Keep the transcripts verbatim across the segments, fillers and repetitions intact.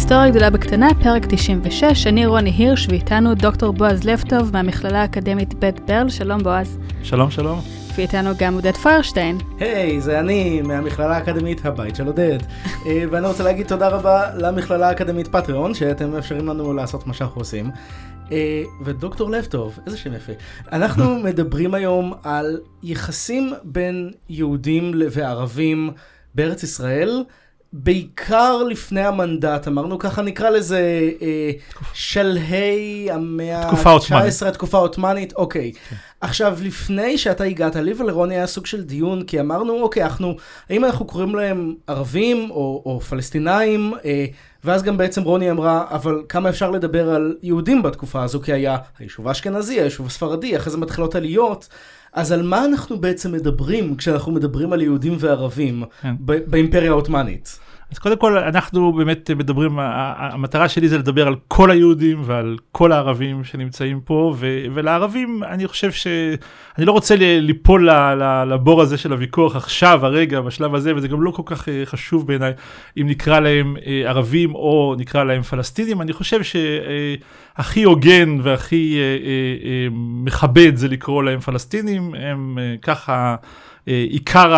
היסטוריה גדולה בקטנה, פרק תשעים ושש, אני רוני הירש ואיתנו דוקטור בועז לבטוב מהמכללה האקדמית בית ברל. שלום בועז. שלום שלום. ואיתנו גם עודד פיירשטיין. היי, זה אני מהמכללה האקדמית הבית של עודד. ואני רוצה להגיד תודה רבה למכללה האקדמית פטריון, שאתם מאפשרים לנו לעשות מה שאנחנו עושים. ודוקטור לבטוב, איזה שם יפה. אנחנו מדברים היום על יחסים בין יהודים וערבים בארץ ישראל, בעיקר לפני המנדט, אמרנו ככה, נקרא לזה אה, שלהי המאה ה-תשע עשרה, התקופה העות'מאנית, אוקיי. Okay. עכשיו, לפני שאתה הגעת, לי ולרוני היה סוג של דיון, כי אמרנו, אוקיי, אנחנו, האם אנחנו קוראים להם ערבים או, או פלסטינאים, אה, ואז גם בעצם רוני אמרה, אבל כמה אפשר לדבר על יהודים בתקופה הזו, כי היה היישוב האשכנזי, היישוב הספרדי, אחרי זה מתחילות עליות, אז על מה אנחנו בעצם מדברים כשאנחנו מדברים על יהודים וערבים באימפריה העות'מאנית? אז קודם כל אנחנו באמת מדברים, המטרה שלי זה לדבר על כל היהודים ועל כל הערבים שנמצאים פה, ולערבים אני חושב שאני לא רוצה ליפול לבור הזה של הוויכוח עכשיו, הרגע, בשלב הזה, וזה גם לא כל כך חשוב בעיניי אם נקרא להם ערבים או נקרא להם פלסטינים. אני חושב שהכי הוגן והכי מכבד זה לקרוא להם פלסטינים, הם ככה עיקר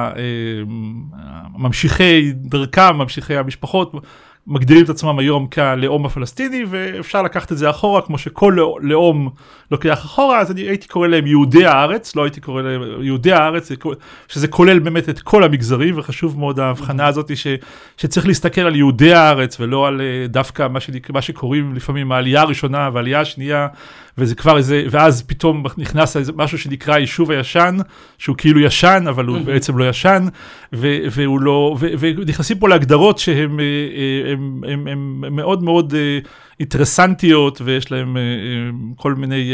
הממשיכי דרכם, ממשיכי המשפחות, מגדירים את עצמם היום כלאום הפלסטיני, ואפשר לקחת את זה אחורה, כמו שכל לאום לוקח אחורה, אז אני הייתי קורא להם יהודי הארץ, לא הייתי קורא להם יהודי הארץ, שזה כולל באמת את כל המגזרים, וחשוב מאוד ההבחנה הזאת ש, שצריך להסתכל על יהודי הארץ, ולא על דווקא מה, שנק, מה שקוראים לפעמים העלייה הראשונה והעלייה השנייה, וזה כבר איזה, ואז פתאום נכנס איזה משהו שנקרא יישוב הישן, שהוא כאילו ישן, אבל הוא בעצם לא ישן, ו, והוא לא, ו, ונכנסים פה להגדרות שהם הם, הם, הם מאוד מאוד אינטרסנטיות, ויש להם כל מיני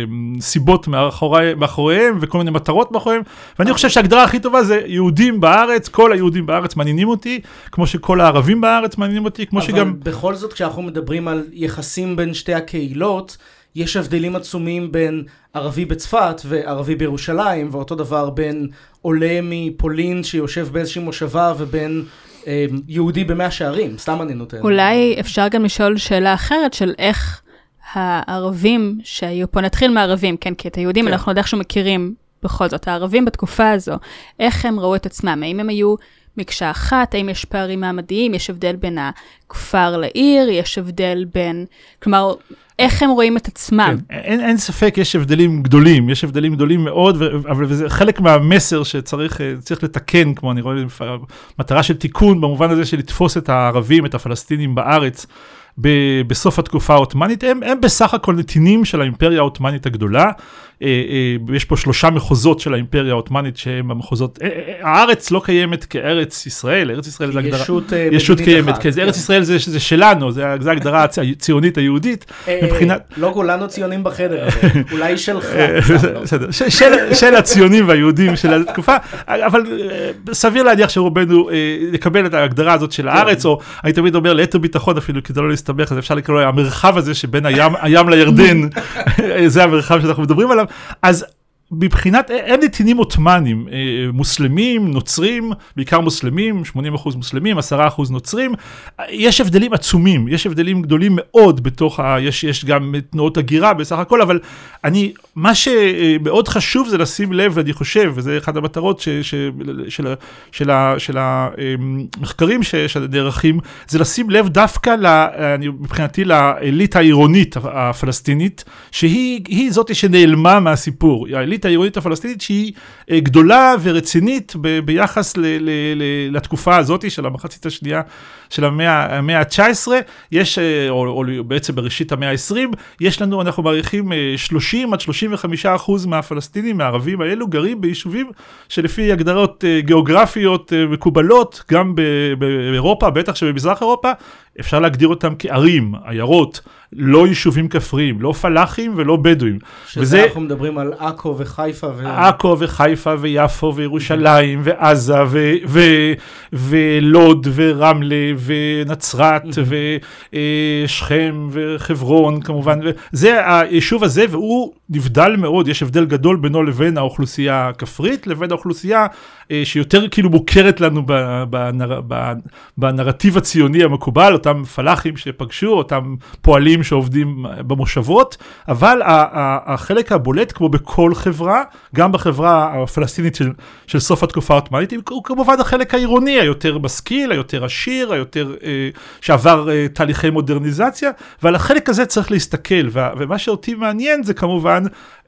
סיבות מאחורי, מאחוריהם, וכל מיני מטרות מאחוריהם, ואני חושב שההגדרה הכי טובה זה יהודים בארץ, כל היהודים בארץ מעניינים אותי, כמו שכל הערבים בארץ מעניינים אותי, כמו אבל שגם... אבל בכל זאת, כשאנחנו מדברים על יחסים בין שתי הקהילות, יש הבדלים עצומים בין ערבי בצפת וערבי בירושלים, ואותו דבר בין עולה מפולין שיושב באיזושהי מושבה ובין אה, יהודי במאה שערים, סתם אני נותן. אולי אפשר גם לשאול שאלה אחרת של איך הערבים שהיו פה, נתחיל מהערבים, כן, כי את היהודים כן. אנחנו עוד איכשהו מכירים בכל זאת, הערבים בתקופה הזו, איך הם ראו את עצמם, האם הם היו מקשה אחת, האם יש פערים מעמדיים, יש הבדל בין הכפר לעיר, יש הבדל בין, כלומר, איך הם רואים את עצמם? כן, אין, אין ספק, יש הבדלים גדולים, יש הבדלים גדולים מאוד, אבל זה חלק מהמסר שצריך צריך לתקן, כמו אני רואה, מטרה של תיקון, במובן הזה של לתפוס את הערבים, את הפלסטינים בארץ, ב- בסוף התקופה העות'מאנית, הם, הם בסך הכל נתינים של האימפריה העות'מאנית הגדולה, אה, אה, יש פה שלושה מחוזות של האימפריה העות'מאנית, שהם המחוזות, אה, אה, הארץ לא קיימת כארץ ישראל, ארץ ישראל זה הגדרה, ישות, ישות קיימת, אחת, כן, כן. ארץ ישראל זה, זה שלנו, זה, זה הגדרה הציונית היהודית, אה, מבחינת... לא כולנו ציונים בחדר הזה, אולי שלך. בסדר, של, של, של הציונים והיהודים של התקופה, אבל סביר להניח שרובנו לקבל את ההגדרה הזאת של הארץ, או אני תמיד אומר ליתר ביטחון אפילו, כדי לא להסתבך, אז אפשר לקרוא המרחב הזה שבין הים, הים לירדן, זה המרחב שאנחנו מדברים עליו, אז מבחינת, הם נתינים עות'מאנים, מוסלמים, נוצרים, בעיקר מוסלמים, שמונים אחוז מוסלמים, עשרה אחוז נוצרים, יש הבדלים עצומים, יש הבדלים גדולים מאוד בתוך, ה, יש, יש גם תנועות הגירה בסך הכל, אבל אני, מה שמאוד חשוב זה לשים לב, אני חושב, וזה אחת המטרות ש, ש, של, של, של המחקרים שנערכים, זה לשים לב דווקא, לה, אני, מבחינתי, לאליטה העירונית הפלסטינית, שהיא היא זאת שנעלמה מהסיפור, האליטה העירונית הפלסטינית שהיא גדולה ורצינית ב- ביחס ל- ל- ל- לתקופה הזאת של המחצית השנייה של המאה, המאה ה-תשע עשרה, יש, או, או בעצם בראשית המאה ה-עשרים, יש לנו, אנחנו מעריכים שלושים עד שלושים וחמישה אחוז מהפלסטינים, מהערבים האלו, גרים ביישובים שלפי הגדרות גיאוגרפיות מקובלות, גם באירופה, בטח שבמזרח אירופה, אפשר להגדיר אותם כערים, עיירות, לא יישובים כפריים, לא פלאחים ולא בדואים. שזה וזה, אנחנו מדברים על עכו וחיפה. ו... עכו וחיפה ויפו וירושלים ועזה ו- ו- ולוד ורמלה ונצרת ושכם וחברון כמובן. זה היישוב הזה, והוא נבדל מאוד, יש הבדל גדול בינו לבין האוכלוסייה הכפרית, לבין האוכלוסייה שיותר כאילו מוכרת לנו בנרטיב הציוני המקובל, אותם פלאחים שפגשו, אותם פועלים שעובדים במושבות, אבל החלק הבולט, כמו בכל חברה, גם בחברה הפלסטינית של, של סוף התקופה העות'מאנית, הוא כמובן החלק העירוני, היותר משכיל, היותר עשיר, היותר אה, שעבר אה, תהליכי מודרניזציה, ועל החלק הזה צריך להסתכל, ו- ומה שאותי מעניין זה כמובן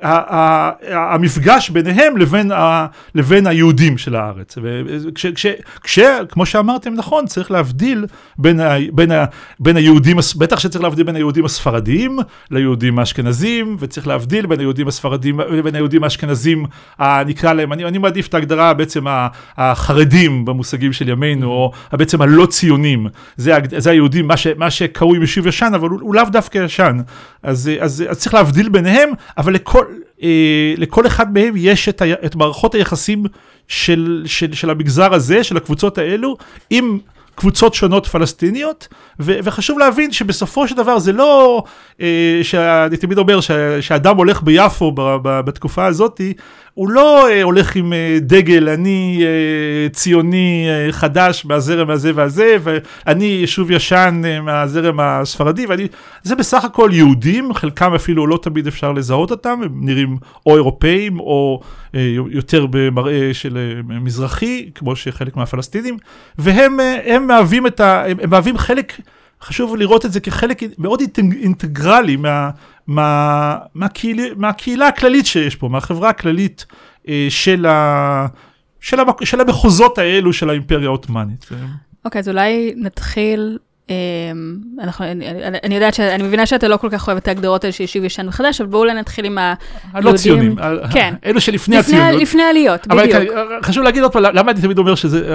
המפגש ביניהם לבין, ה, לבין היהודים של הארץ. וכש, כש, כש, כמו שאמרתם נכון, צריך להבדיל בין, ה, בין, ה, בין היהודים, בטח שצריך להבדיל בין היהודים הספרדיים ליהודים האשכנזים, וצריך להבדיל בין היהודים הספרדיים לבין היהודים האשכנזים, נקרא להם, אני, אני מעדיף את ההגדרה בעצם החרדים במושגים של ימינו, או בעצם הלא ציונים. זה, זה היהודים, מה, ש, מה שקרוי יישוב ישן, אבל הוא, הוא לאו דווקא ישן. אז, אז, אז צריך להבדיל ביניהם, אבל לכל, אה, לכל אחד מהם יש את, ה, את מערכות היחסים של, של, של המגזר הזה, של הקבוצות האלו, עם קבוצות שונות פלסטיניות, ו, וחשוב להבין שבסופו של דבר זה לא, אה, שאני תמיד אומר שה, שהאדם הולך ביפו ב, ב, בתקופה הזאת, הוא לא אה, הולך עם אה, דגל, אני אה, ציוני אה, חדש מהזרם הזה והזה, ואני יישוב ישן אה, מהזרם הספרדי, ואני, זה בסך הכל יהודים, חלקם אפילו לא תמיד אפשר לזהות אותם, הם נראים או אירופאים, או אה, יותר במראה של אה, מזרחי, כמו שחלק מהפלסטינים, והם אה, הם מהווים את ה... הם, הם מהווים חלק, חשוב לראות את זה כחלק מאוד אינטגרלי מה... מה, מהקהילה, מהקהילה הכללית שיש פה, מהחברה הכללית אה, של, ה, של, המק, של המחוזות האלו של האימפריה העות'מאנית. אוקיי, אז אולי נתחיל, אה, אנחנו, אני, אני יודעת ש, אני מבינה שאתה לא כל כך אוהב את ההגדרות האלה שיישוב ישן וחדש, אבל בואו אולי נתחיל עם היהודים. הלא ציונים, כן. אלו שלפני הציונות. לפני עליות, בדיוק. אבל חשוב להגיד עוד פעם, למה אני תמיד אומר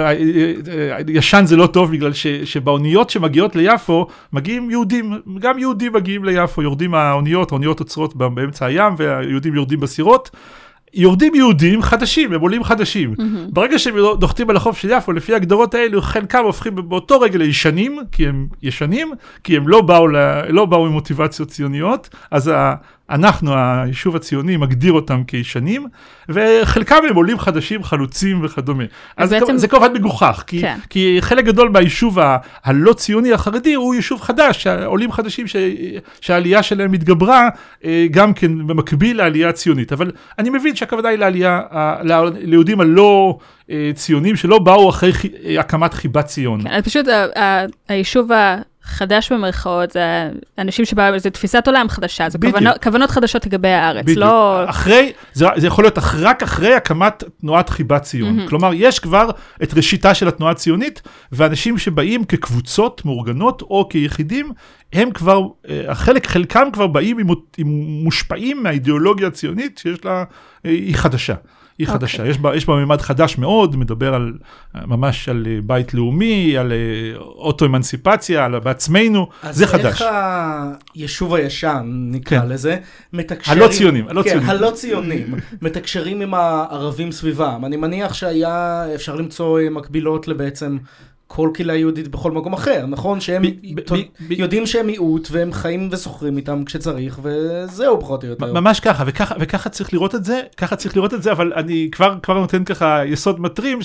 שישן זה לא טוב, בגלל ש, שבאוניות שמגיעות ליפו, מגיעים יהודים, גם יהודים מגיעים ליפו, יורדים האוניות, האוניות עוצרות באמצע הים, והיהודים יורדים בסירות, יורדים יהודים חדשים, הם עולים חדשים. Mm-hmm. ברגע שהם דוחתים על החוף של יפו, לפי ההגדרות האלו, חלקם הופכים באותו רגע לישנים, כי הם ישנים, כי הם לא באו, לא באו עם מוטיבציות ציוניות, אז ה... אנחנו, היישוב הציוני, מגדיר אותם כישנים, וחלקם הם עולים חדשים, חלוצים וכדומה. אז בעצם... זה, זה כמובן מגוחך, כי, כן. כי חלק גדול מהיישוב ה- הלא ציוני החרדי הוא יישוב חדש, עולים חדשים ש... שהעלייה שלהם מתגברה, גם כן במקביל לעלייה הציונית. אבל אני מבין שהכוונה היא לעלייה, ל... ליהודים הלא ציונים, שלא באו אחרי הקמת חיבת ציון. כן, פשוט ה- ה- היישוב ה... חדש במרכאות, זה אנשים שבאו, זה תפיסת עולם חדשה, זה כוונות, כוונות חדשות לגבי הארץ, בדיוק. לא... אחרי, זה, זה יכול להיות רק אחרי הקמת תנועת חיבת ציון. Mm-hmm. כלומר, יש כבר את ראשיתה של התנועה הציונית, ואנשים שבאים כקבוצות מאורגנות או כיחידים, הם כבר, החלק, חלקם כבר באים עם, עם מושפעים מהאידיאולוגיה הציונית, שיש לה, היא חדשה. היא חדשה, okay. יש בה, יש בה ממד חדש מאוד, מדבר על, ממש על בית לאומי, על אוטו-אמנסיפציה, על בעצמנו, זה חדש. אז איך היישוב הישן, נקרא כן. לזה, מתקשרים... הלא ציונים, הלא כן, ציונים. הלא ציונים, מתקשרים עם הערבים סביבם. אני מניח שהיה, אפשר למצוא מקבילות לבעצם... כל קהילה יהודית בכל מקום אחר, נכון? שהם ב- ב- ב- יודעים שהם מיעוט, והם חיים וסוחרים איתם כשצריך, וזהו פחות או יותר. ממש ככה, וככה, וככה צריך לראות את זה, ככה צריך לראות את זה, אבל אני כבר, כבר נותן ככה יסוד מטרים,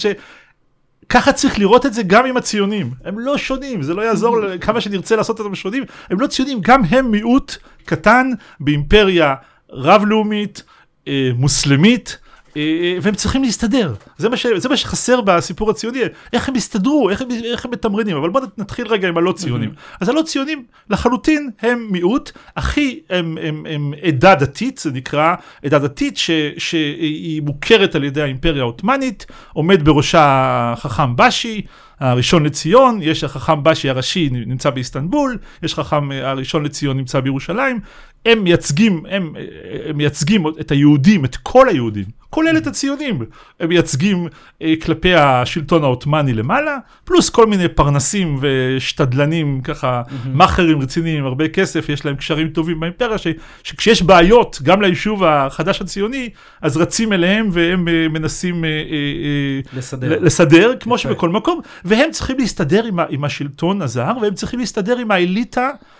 שככה צריך לראות את זה גם עם הציונים. הם לא שונים, זה לא יעזור כמה שנרצה לעשות אותם שונים, הם לא ציונים, גם הם מיעוט קטן באימפריה רב-לאומית, מוסלמית, והם צריכים להסתדר. זה מה, ש, זה מה שחסר בסיפור הציוני. איך הם הסתדרו, איך הם, איך הם מתמרנים. אבל בואו נתחיל רגע עם הלא ציונים. אז הלא ציונים לחלוטין הם מיעוט, הכי הם, הם, הם עדה דתית, זה נקרא עדה דתית ש, שהיא מוכרת על ידי האימפריה העות'מאנית, עומד בראשה חכם בשי, הראשון לציון, יש החכם בשי הראשי נמצא באיסטנבול, יש חכם הראשון לציון נמצא בירושלים, הם מייצגים, הם, הם מייצגים את היהודים, את כל היהודים, כולל את הציונים, הם מייצגים אה, כלפי השלטון העות'מאני למעלה, פלוס כל מיני פרנסים ושתדלנים, ככה, מאחרים רציניים, הרבה כסף, יש להם קשרים טובים באימפריה, ש, שכשיש בעיות, גם ליישוב החדש הציוני, אז רצים אליהם והם אה, מנסים אה, אה, לסדר. לסדר, כמו שבכל מקום, והם צריכים להסתדר עם, עם השלטון הזר, והם צריכים להסתדר עם האליטה,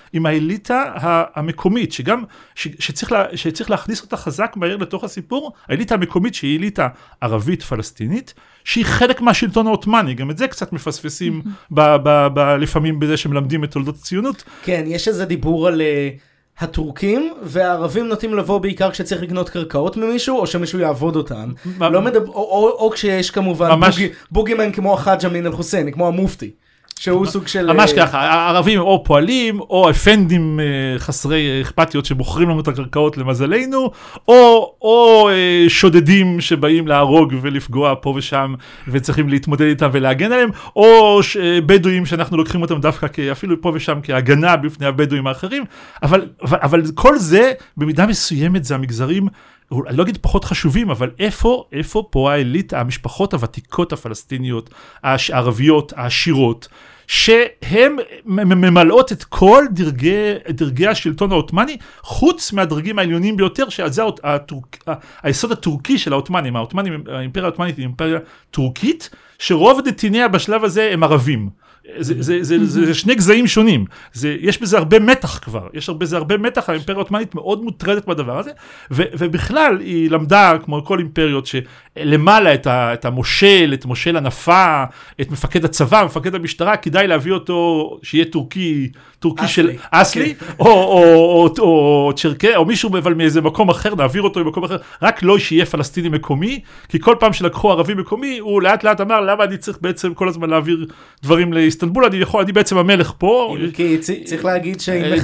עם האליטה המקומית, שגם, ש, שצריך, לה, שצריך להכניס אותה חזק מהר לתוך הסיפור, האליטה המקומית שהיא אליטה ערבית פלסטינית, שהיא חלק מהשלטון העות'מאני, גם את זה קצת מפספסים ב, ב, ב, לפעמים בזה שמלמדים את תולדות הציונות. כן, יש איזה דיבור על הטורקים, והערבים נוטים לבוא בעיקר כשצריך לקנות קרקעות ממישהו, או שמישהו יעבוד אותן. לא מדבר, או, או, או כשיש כמובן ממש... בוגי, בוגימן כמו החאג' אמין אל-חוסייני, כמו המופתי. שהוא סוג של... ממש ככה, הערבים או פועלים, או אפנדים חסרי אכפתיות שמוכרים לנו את הקרקעות למזלנו, או, או שודדים שבאים להרוג ולפגוע פה ושם, וצריכים להתמודד איתם ולהגן עליהם, או בדואים שאנחנו לוקחים אותם דווקא אפילו פה ושם כהגנה בפני הבדואים האחרים, אבל, אבל, אבל כל זה, במידה מסוימת, זה המגזרים, אני לא אגיד פחות חשובים, אבל איפה, איפה פה האליטה, המשפחות הוותיקות הפלסטיניות, הערביות, העשירות, שהן ממלאות את כל דרגי, דרגי השלטון העות'מאני, חוץ מהדרגים העליונים ביותר, שזה הטורק, היסוד הטורקי של העות'מאנים. העות'מאנים, האימפריה העות'מאנית היא אימפריה טורקית, שרוב נתיניה בשלב הזה הם ערבים. זה, זה, זה, זה, זה שני גזעים שונים. זה, יש בזה הרבה מתח כבר. יש בזה הרבה מתח. האימפריה העות'מאנית מאוד מוטרדת בדבר הזה. ו, ובכלל היא למדה, כמו כל אימפריות, שלמעלה את, ה, את המושל, את מושל הנפה, את מפקד הצבא, מפקד המשטרה, כדאי להביא אותו שיהיה טורקי, טורקי אסלי. של אסלי, okay. או, או, או, או, או צ'רקי, או מישהו אבל מאיזה מקום אחר, נעביר אותו במקום אחר, רק לא שיהיה פלסטיני מקומי, כי כל פעם שלקחו ערבי מקומי, הוא לאט לאט אמר, למה אני צריך בעצם כל הזמן להעביר דברים לאיסטנבול, אני יכול, אני בעצם המלך פה. כי צריך להגיד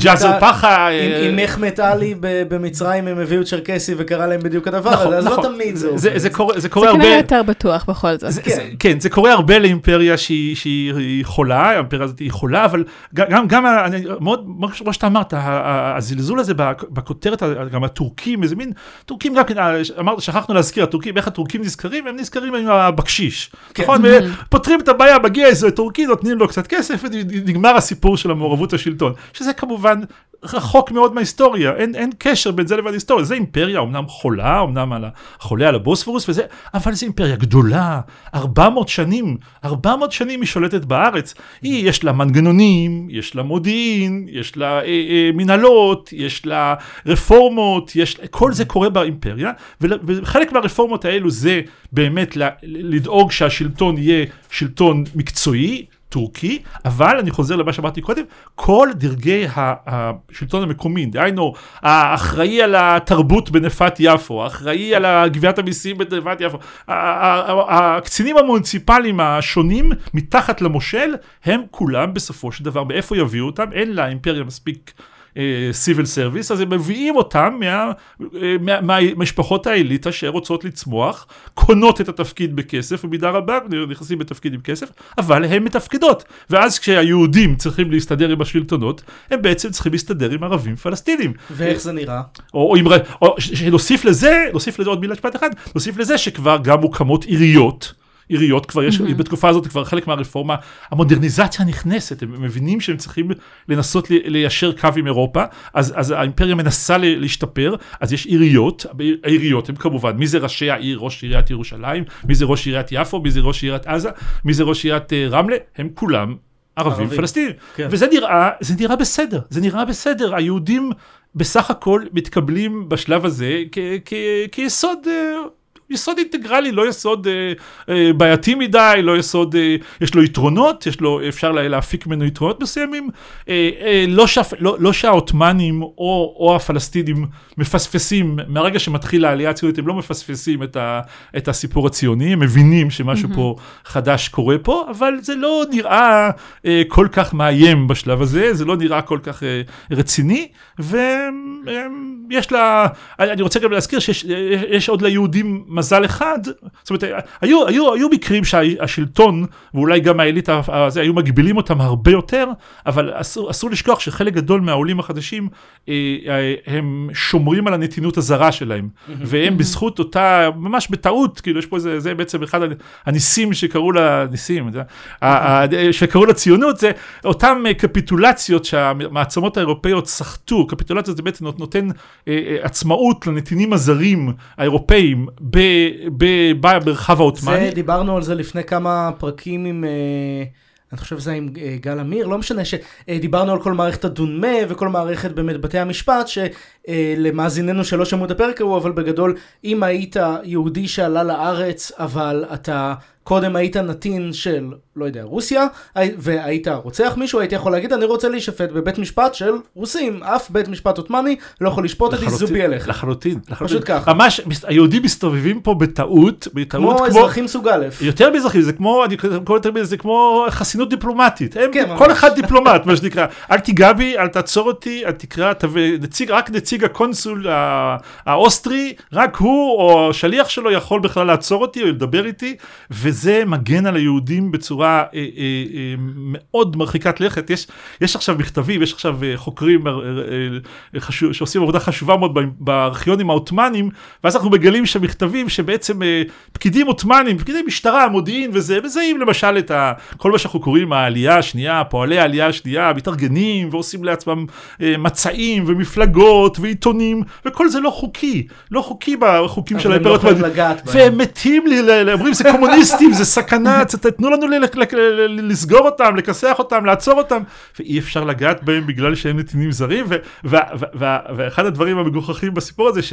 שעם מחמת עלי במצרים הם הביאו צ'רקסי וקרא להם בדיוק הדבר, אז לא תמיד זה. זה קורה זה כנראה יותר בטוח בכל זאת. כן, זה קורה הרבה לאימפריה שהיא חולה, האימפריה הזאת היא חולה, אבל גם, מאוד, כמו שאתה אמרת, הזלזול הזה בכותרת, גם הטורקים, איזה מין, טורקים גם, אמרת, שכחנו להזכיר, הטורקים, איך הטורקים נזכרים? הם נזכרים עם הבקשיש. נכון? פותרים את הבעיה, מגיע איזה טורקי, נותנים לו קצת כסף, ונגמר הסיפור של המעורבות השלטון. שזה כמובן רחוק מאוד מההיסטוריה, אין, אין קשר בין זה לבין ההיסטוריה. זה אימפריה, אמנם חולה, אמנם על החולה על הבוספורוס, וזה, אבל זה אימפריה גדולה, ארבע מאות שנים, ארבע מאות שנים היא שולטת בארץ. היא, יש לה מנגנונים, יש לה מודיעין, יש לה אה, אה, מנהלות, יש לה רפורמות, יש, כל זה קורה באימפריה, וחלק מהרפורמות האלו זה באמת לדאוג שהשלטון יהיה שלטון מקצועי, טורקי, אבל אני חוזר למה שאמרתי קודם, כל דרגי השלטון המקומי, דהיינו, האחראי על התרבות בנפת יפו, האחראי על גביית המיסים בנפת יפו, הקצינים המוניציפליים השונים מתחת למושל, הם כולם בסופו של דבר, מאיפה יביאו אותם? אין לאימפריה מספיק סיביל סרוויס, אז הם מביאים אותם מהמשפחות האליטה שרוצות לצמוח, קונות את התפקיד בכסף, במידה רבה, נכנסים בתפקיד עם כסף, אבל הם מתפקידות. ואז כשהיהודים צריכים להסתדר עם השלטונות, הם בעצם צריכים להסתדר עם ערבים פלסטינים. ואיך זה נראה? או, או, או שנוסיף לזה, נוסיף לזה עוד מילה שפט אחד, נוסיף לזה שכבר גם מוקמות עיריות, עיריות כבר יש, mm-hmm. בתקופה הזאת כבר חלק מהרפורמה, המודרניזציה נכנסת, הם מבינים שהם צריכים לנסות ליישר קו עם אירופה, אז, אז האימפריה מנסה להשתפר, אז יש עיריות, העיריות הם כמובן, מי זה ראשי העיר, ראש עיריית ירושלים, מי זה ראש עיריית יפו, מי זה ראש עיריית עזה, מי זה ראש עיריית רמלה, הם כולם ערבים פלסטינים, כן. וזה נראה, זה נראה בסדר, זה נראה בסדר, היהודים בסך הכל מתקבלים בשלב הזה כ- כ- כיסוד יסוד אינטגרלי, לא יסוד אה, אה, בעייתי מדי, לא יסוד, אה, יש לו יתרונות, יש לו, אפשר לה, להפיק ממנו יתרונות מסוימים, אה, אה, לא, שפ, לא, לא שהעות'מאנים או, או הפלסטינים מפספסים, מהרגע שמתחיל העלייה הציונית, הם לא מפספסים את, ה, את הסיפור הציוני, הם מבינים שמשהו mm-hmm. פה חדש קורה פה, אבל זה לא נראה אה, כל כך מאיים בשלב הזה, זה לא נראה כל כך אה, רציני, ויש לה, אני רוצה גם להזכיר שיש יש עוד ליהודים מזל אחד, זאת אומרת, היו, היו, היו מקרים שהשלטון, ואולי גם האליטה הזה, היו מגבילים אותם הרבה יותר, אבל אסור, אסור לשכוח שחלק גדול מהעולים החדשים, הם שומרים על הנתינות הזרה שלהם, והם בזכות אותה, ממש בטעות, כאילו יש פה איזה, זה בעצם אחד הניסים שקראו לה, ניסים, שקראו לציונות, זה אותם קפיטולציות שהמעצמות האירופאיות סחטו, קפיטולציות זה בעצם נותן עצמאות לנתינים הזרים האירופאים, במרחב העות'מאני. זה, דיברנו על זה לפני כמה פרקים עם, אני חושב שזה עם גל אמיר, לא משנה שדיברנו על כל מערכת הדונמה וכל מערכת באמת בתי המשפט, שלמאזיננו שלא שמעו את הפרק הוא, אבל בגדול, אם היית יהודי שעלה לארץ, אבל אתה קודם היית נתין של, לא יודע, רוסיה, והיית רוצח מישהו, היית יכול להגיד, אני רוצה להישפט בבית משפט של רוסים, אף בית משפט עותמני לא יכול לשפוט אותי, זובי אליך. לחלוטין, פשוט ככה. ממש, היהודים מסתובבים פה בטעות, בטעות כמו אזרחים סוג א'. יותר מאזרחים, זה כמו, אני קורא יותר מזה, זה כמו חסינות דיפלומטית. כל אחד דיפלומט, מה שנקרא. אל תיגע בי, אל תעצור אותי, אל תקרא, רק נציג הקונסול האוסטרי, רק הוא או שליח שלו יכול בכלל לעצור אותי או לדבר איתי, וזה מגן על היהודים בצורה אה, אה, אה, מאוד מרחיקת לכת. יש, יש עכשיו מכתבים, יש עכשיו אה, חוקרים אה, אה, חשוב, שעושים עבודה חשובה מאוד בארכיונים העות'מאנים, ואז אנחנו מגלים שמכתבים שבעצם אה, פקידים עות'מאנים, פקידי משטרה, מודיעין וזה, מזהים למשל את ה, כל מה שאנחנו קוראים העלייה השנייה, פועלי העלייה השנייה, מתארגנים ועושים לעצמם אה, מצעים ומפלגות ועיתונים, וכל זה לא חוקי, לא חוקי בחוקים של האימפריה העות'מאנית. והם מתים לי, אומרים זה קומוניסטים, זה סכנה, תתנו לנו לסגור אותם, לכסח אותם, לעצור אותם, ואי אפשר לגעת בהם בגלל שהם נתינים זרים, ואחד הדברים המגוחכים בסיפור הזה,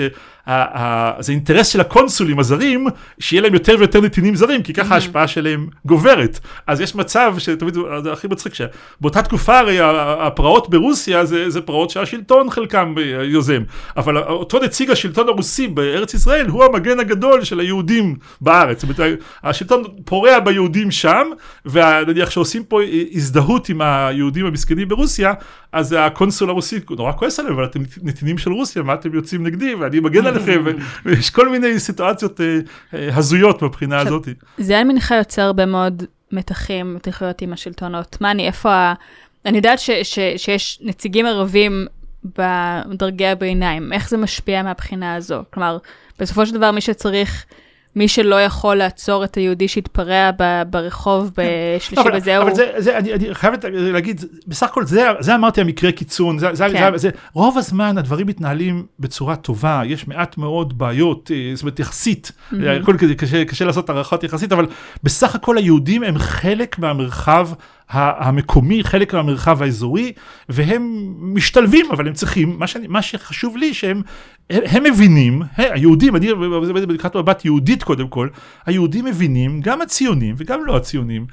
שזה אינטרס של הקונסולים הזרים, שיהיה להם יותר ויותר נתינים זרים, כי ככה ההשפעה שלהם גוברת. אז יש מצב שתמיד, זה הכי מצחיק, שבאותה תקופה הרי הפרעות ברוסיה, זה פרעות שהשלטון חלקם יוזם, אבל אותו נציג השלטון הרוסי בארץ ישראל, הוא המגן הגדול של היהודים בארץ. זאת אומרת, השלטון פורע ביהודים שם, ונניח שעושים פה הזדהות עם היהודים המסכנים ברוסיה, אז הקונסול הרוסי נורא כועס עליהם, אבל אתם נתינים של רוסיה, מה אתם יוצאים נגדי, ואני מגן עליכם, ויש כל מיני סיטואציות הזויות מבחינה הזאת. זה היה מנחה יוצר הרבה מאוד מתחים, מתחיות עם השלטון העות'מאני, איפה ה... אני יודעת ש- ש- שיש נציגים ערבים בדרגי הביניים, איך זה משפיע מהבחינה הזו? כלומר, בסופו של דבר מי שצריך... מי שלא יכול לעצור את היהודי שהתפרע ברחוב בשלישי וזהו. אבל זה, זה, אני, אני חייבת להגיד, בסך הכל זה, זה אמרתי המקרה קיצון, זה, זה, כן. זה, זה, רוב הזמן הדברים מתנהלים בצורה טובה, יש מעט מאוד בעיות, זאת אומרת יחסית, mm-hmm. הכל קשה, קשה לעשות הערכות יחסית, אבל בסך הכל היהודים הם חלק מהמרחב המקומי, חלק מהמרחב האזורי, והם משתלבים, אבל הם צריכים, מה, שאני, מה שחשוב לי, שהם הם מבינים, היהודים, אני בקראת מבט יהודית קודם כל, היהודים מבינים, גם הציונים וגם לא הציונים,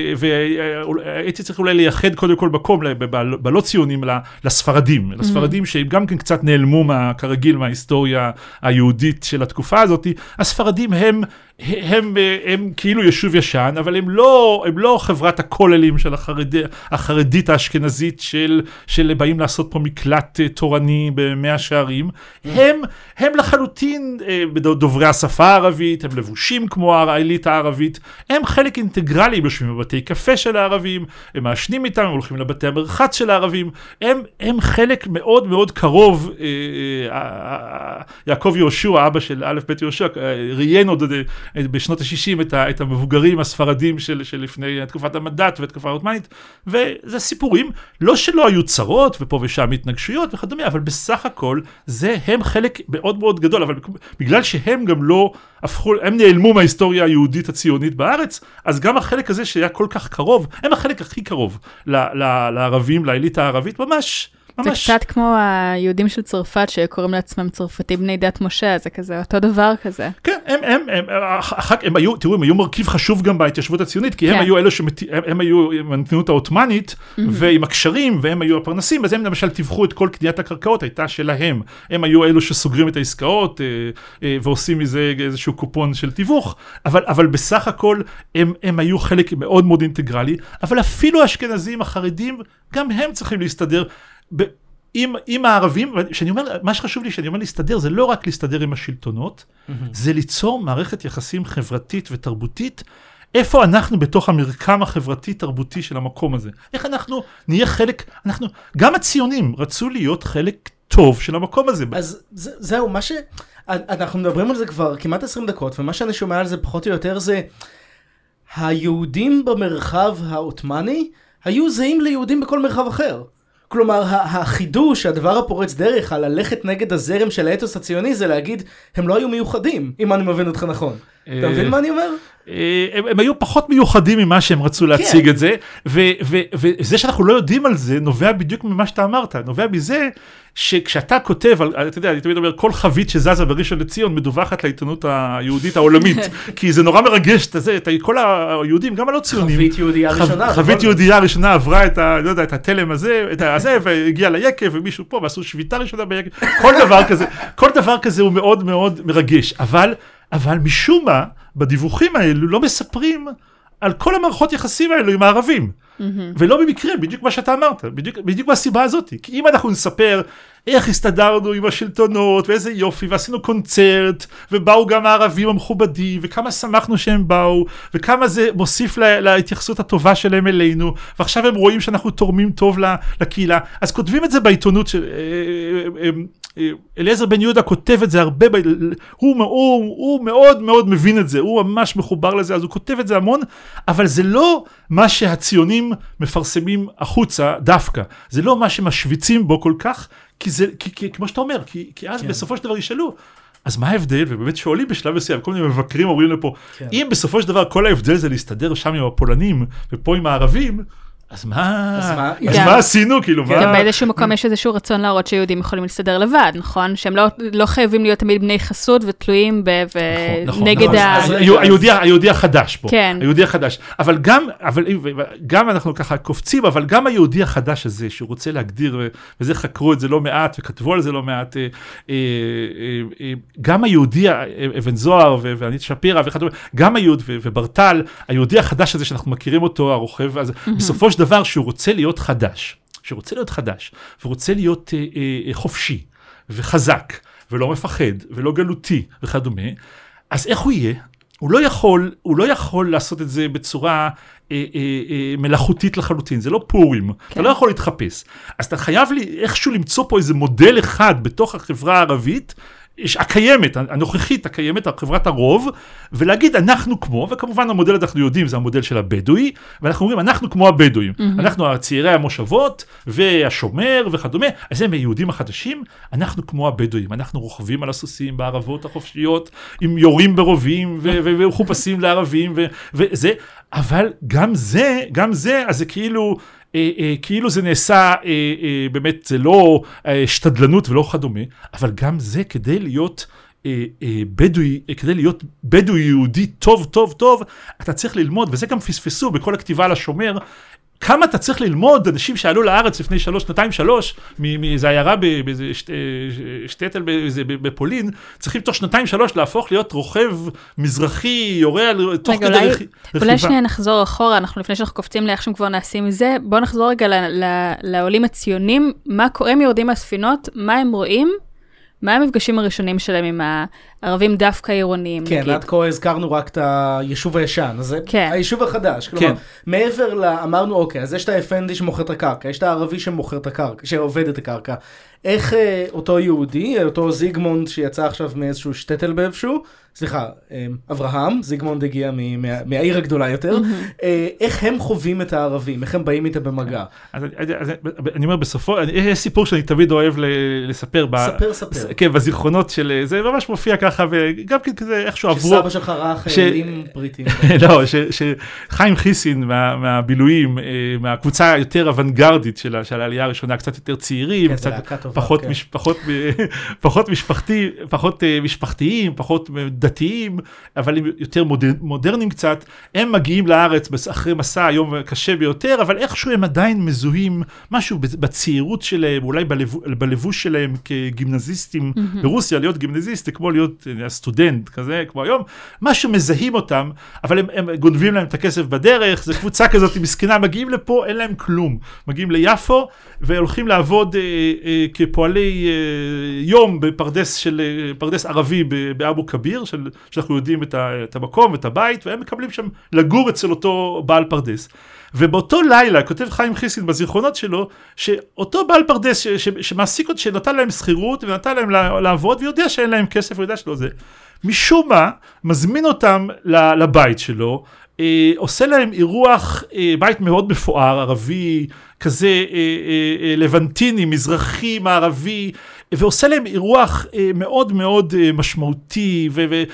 והייתי צריך אולי לייחד קודם כל מקום, בלא ציונים, לספרדים, לספרדים שהם גם כן קצת נעלמו כרגיל מההיסטוריה היהודית של התקופה הזאת, הספרדים הם, הם, הם כאילו ישוב ישן, אבל הם לא, הם לא חברת הכוללים של החרד, החרדית האשכנזית של, של באים לעשות פה מקלט תורני במאה שערים, הם, הם לחלוטין דוברי השפה הערבית, הם לבושים כמו האליט הערבית, הם חלק אינטגרלי, הם יושבים בבתי קפה של הערבים, הם מעשנים איתם, הם הולכים לבתי המרחץ של הערבים, הם, הם חלק מאוד מאוד קרוב, יעקב יהושע, האבא של א' ב' יהושע, ראיין עוד בשנות ה-שישים את, את המבוגרים הספרדים של, של לפני תקופת המנדט ותקופה העות'מאנית, וזה סיפורים, לא שלא היו צרות ופה ושם התנגשויות וכדומה, אבל בסך הכל זה הם חלק מאוד מאוד גדול, אבל בגלל שהם גם לא הפכו, הם נעלמו מההיסטוריה היהודית הציונית בארץ, אז גם החלק הזה שהיה כל כך קרוב, הם החלק הכי קרוב ל, ל, לערבים, לאליטה הערבית, ממש. זה קצת כמו היהודים של צרפת שקוראים לעצמם צרפתים בני דת משה, זה כזה אותו דבר כזה. כן, הם, הם, הם, הם היו, תראו, הם היו מרכיב חשוב גם בהתיישבות הציונית, כי הם היו אלו שהם היו עם הנתינות העות'מאנית, ועם הקשרים, והם היו הפרנסים, אז הם למשל טיווחו את כל קניית הקרקעות, הייתה שלהם. הם היו אלו שסוגרים את העסקאות, ועושים מזה איזשהו קופון של תיווך, אבל, אבל בסך הכל הם, הם היו חלק מאוד מאוד אינטגרלי, אבל אפילו האשכנזים, החרדים, גם הם צריכים להסתדר עם, עם הערבים, שאני אומר, מה שחשוב לי, שאני אומר להסתדר, זה לא רק להסתדר עם השלטונות, mm-hmm. זה ליצור מערכת יחסים חברתית ותרבותית, איפה אנחנו בתוך המרקם החברתי-תרבותי של המקום הזה. איך אנחנו נהיה חלק, אנחנו, גם הציונים רצו להיות חלק טוב של המקום הזה. אז זה, זהו, מה ש... אנחנו מדברים על זה כבר כמעט עשרים דקות, ומה שאני שומע על זה פחות או יותר זה, היהודים במרחב העות'מאני היו זהים ליהודים בכל מרחב אחר. כלומר, החידוש, הדבר הפורץ דרך, על ללכת נגד הזרם של האתוס הציוני, זה להגיד, הם לא היו מיוחדים, אם אני מבין אותך נכון. אתה מבין מה אני אומר? הם, הם היו פחות מיוחדים ממה שהם רצו להציג כן. את זה, ו, ו, וזה שאנחנו לא יודעים על זה, נובע בדיוק ממה שאתה אמרת, נובע מזה שכשאתה כותב, אתה יודע, אני תמיד אומר, כל חבית שזזה בראשון לציון מדווחת לעיתונות היהודית העולמית, כי זה נורא מרגש, זה, את כל היהודים, גם הלא ציונים. חבית יהודייה ראשונה. חבית יהודייה ראשונה עברה את ה, לא יודע, את התלם הזה, את הזה, והגיעה ליקב, ומישהו פה, ועשו שביתה ראשונה ביקב, כל דבר כזה, כל דבר כזה הוא מאוד מאוד מרגש, אבל, אבל משום מה, בדיווחים האלו לא מספרים על כל המערכות יחסים האלו עם הערבים. Mm-hmm. ולא במקרה, בדיוק מה שאתה אמרת, בדיוק, בדיוק מהסיבה הזאת. כי אם אנחנו נספר איך הסתדרנו עם השלטונות, ואיזה יופי, ועשינו קונצרט, ובאו גם הערבים המכובדים, וכמה שמחנו שהם באו, וכמה זה מוסיף לה, להתייחסות הטובה שלהם אלינו, ועכשיו הם רואים שאנחנו תורמים טוב לקהילה. אז כותבים את זה בעיתונות של... אליעזר בן יהודה כותב את זה הרבה, הוא, הוא, הוא מאוד מאוד מבין את זה, הוא ממש מחובר לזה, אז הוא כותב את זה המון, אבל זה לא מה שהציונים מפרסמים החוצה דווקא, זה לא מה שמשוויצים בו כל כך, כי זה, כי, כי, כמו שאתה אומר, כי, כי אז כן. בסופו של דבר ישאלו, אז מה ההבדל? ובאמת שואלים בשלב מסוים, כל מיני מבקרים אומרים לפה, כן. אם בסופו של דבר כל ההבדל זה להסתדר שם עם הפולנים, ופה עם הערבים, אז מה, אז מה, אז מה עשינו? כאילו, מה? גם באיזשהו מקום יש איזשהו רצון להראות שיהודים יכולים להסתדר לבד, נכון? שהם לא, לא חייבים להיות תמיד בני חסות ותלויים נגד ה... היהודי החדש פה. כן. היהודי החדש. אבל גם, אבל גם אנחנו ככה קופצים, אבל גם היהודי החדש הזה, שהוא רוצה להגדיר, וזה חקרו את זה לא מעט, וכתבו על זה לא מעט, גם היהודי, אבן זוהר ואנית שפירא, גם היהוד וברטל, היהודי החדש הזה שאנחנו מכירים אותו, הרוכב, אז בסופו של דבר שהוא רוצה להיות חדש, שהוא רוצה להיות חדש, ורוצה להיות אה, אה, חופשי, וחזק, ולא מפחד, ולא גלותי, וכדומה, אז איך הוא יהיה? הוא לא יכול, הוא לא יכול לעשות את זה בצורה אה, אה, אה, מלאכותית לחלוטין, זה לא פורים, כן. אתה לא יכול להתחפש. אז אתה חייב לי איכשהו למצוא פה איזה מודל אחד בתוך החברה הערבית, הקיימת, הנוכחית הקיימת, חברת הרוב, ולהגיד אנחנו כמו, וכמובן המודל אנחנו יודעים, זה המודל של הבדואי, ואנחנו אומרים אנחנו כמו הבדואים, mm-hmm. אנחנו הצעירי המושבות, והשומר וכדומה, אז הם היהודים החדשים, אנחנו כמו הבדואים, אנחנו רוכבים על הסוסים בערבות החופשיות, עם יורים ברובים, וחופשים לערבים, וזה, אבל גם זה, גם זה, אז זה כאילו, אה, אה, כאילו זה נעשה, אה, אה, באמת זה לא אה, שתדלנות ולא כדומה, אבל גם זה כדי להיות אה, אה, בדואי, אה, כדי להיות בדואי יהודי טוב, טוב, טוב, אתה צריך ללמוד, וזה גם פספסו בכל הכתיבה על השומר, כמה אתה צריך ללמוד, אנשים שעלו לארץ לפני שלוש, שנתיים שלוש, מאיזה עיירה באיזה שטטל בפולין, צריכים תוך שנתיים שלוש להפוך להיות רוכב מזרחי, יורה על תוך כדי רכיבה. אולי שנייה נחזור אחורה, אנחנו לפני שאנחנו קופצים לאיך שהם כבר נעשים מזה, בואו נחזור רגע לעולים הציונים, מה קורה אם יורדים מהספינות, מה הם רואים, מה המפגשים הראשונים שלהם עם הערבים דווקא עירוניים? כן, עד כה הזכרנו רק את היישוב הישן, אז זה היישוב החדש. כלומר, מעבר ל... אמרנו, אוקיי, אז יש את האפנדי שמוכר את הקרקע, יש את הערבי שמוכר את הקרקע, שעובד את הקרקע. איך אותו יהודי, אותו זיגמונד שיצא עכשיו מאיזשהו שטטל באיפשהו, סליחה, אברהם, זיגמונד הגיע מהעיר הגדולה יותר, איך הם חווים את הערבים, איך הם באים איתה במגע? אני אומר בסופו, יש סיפור שאני תמיד אוהב לספר. ספר, ספר. כן, בזיכרונות של, זה ממש מופיע ככה, וגם כזה איכשהו עברו. שסבא שלך ראה חיילים בריטים. לא, שחיים חיסין מהבילויים, מהקבוצה היותר אוונגרדית של העלייה הראשונה, קצת יותר צעירים, פחות משפחתי, פחות משפחתיים, פחות דתיים, אבל הם יותר מודרניים קצת, הם מגיעים לארץ אחרי מסע היום קשה ביותר, אבל איכשהו הם עדיין מזוהים משהו בצעירות שלהם, אולי בלבוש שלהם כגימנזיסטים ברוסיה, להיות גימנזיסט זה כמו להיות סטודנט כזה, כמו היום, משהו מזהים אותם, אבל הם, הם גונבים להם את הכסף בדרך, זו קבוצה כזאת מסכנה, מגיעים לפה, אין להם כלום, מגיעים ליפו, והולכים לעבוד אה, אה, כפועלי אה, יום בפרדס של, פרדס ערבי באבו כביר, של, שאנחנו יודעים את, ה, את המקום ואת הבית, והם מקבלים שם לגור אצל אותו בעל פרדס. ובאותו לילה, כותב חיים חיסין בזיכרונות שלו, שאותו בעל פרדס ש, ש, שמעסיק אותו, שנתן להם שכירות, ונתן להם לעבוד, ויודע שאין להם כסף, ויודע שלא זה. משום מה, מזמין אותם לבית שלו, אה, עושה להם אירוח, אה, בית מאוד מפואר, ערבי, כזה אה, אה, לבנטיני, מזרחי, מערבי, ועושה להם אירוח מאוד מאוד משמעותי,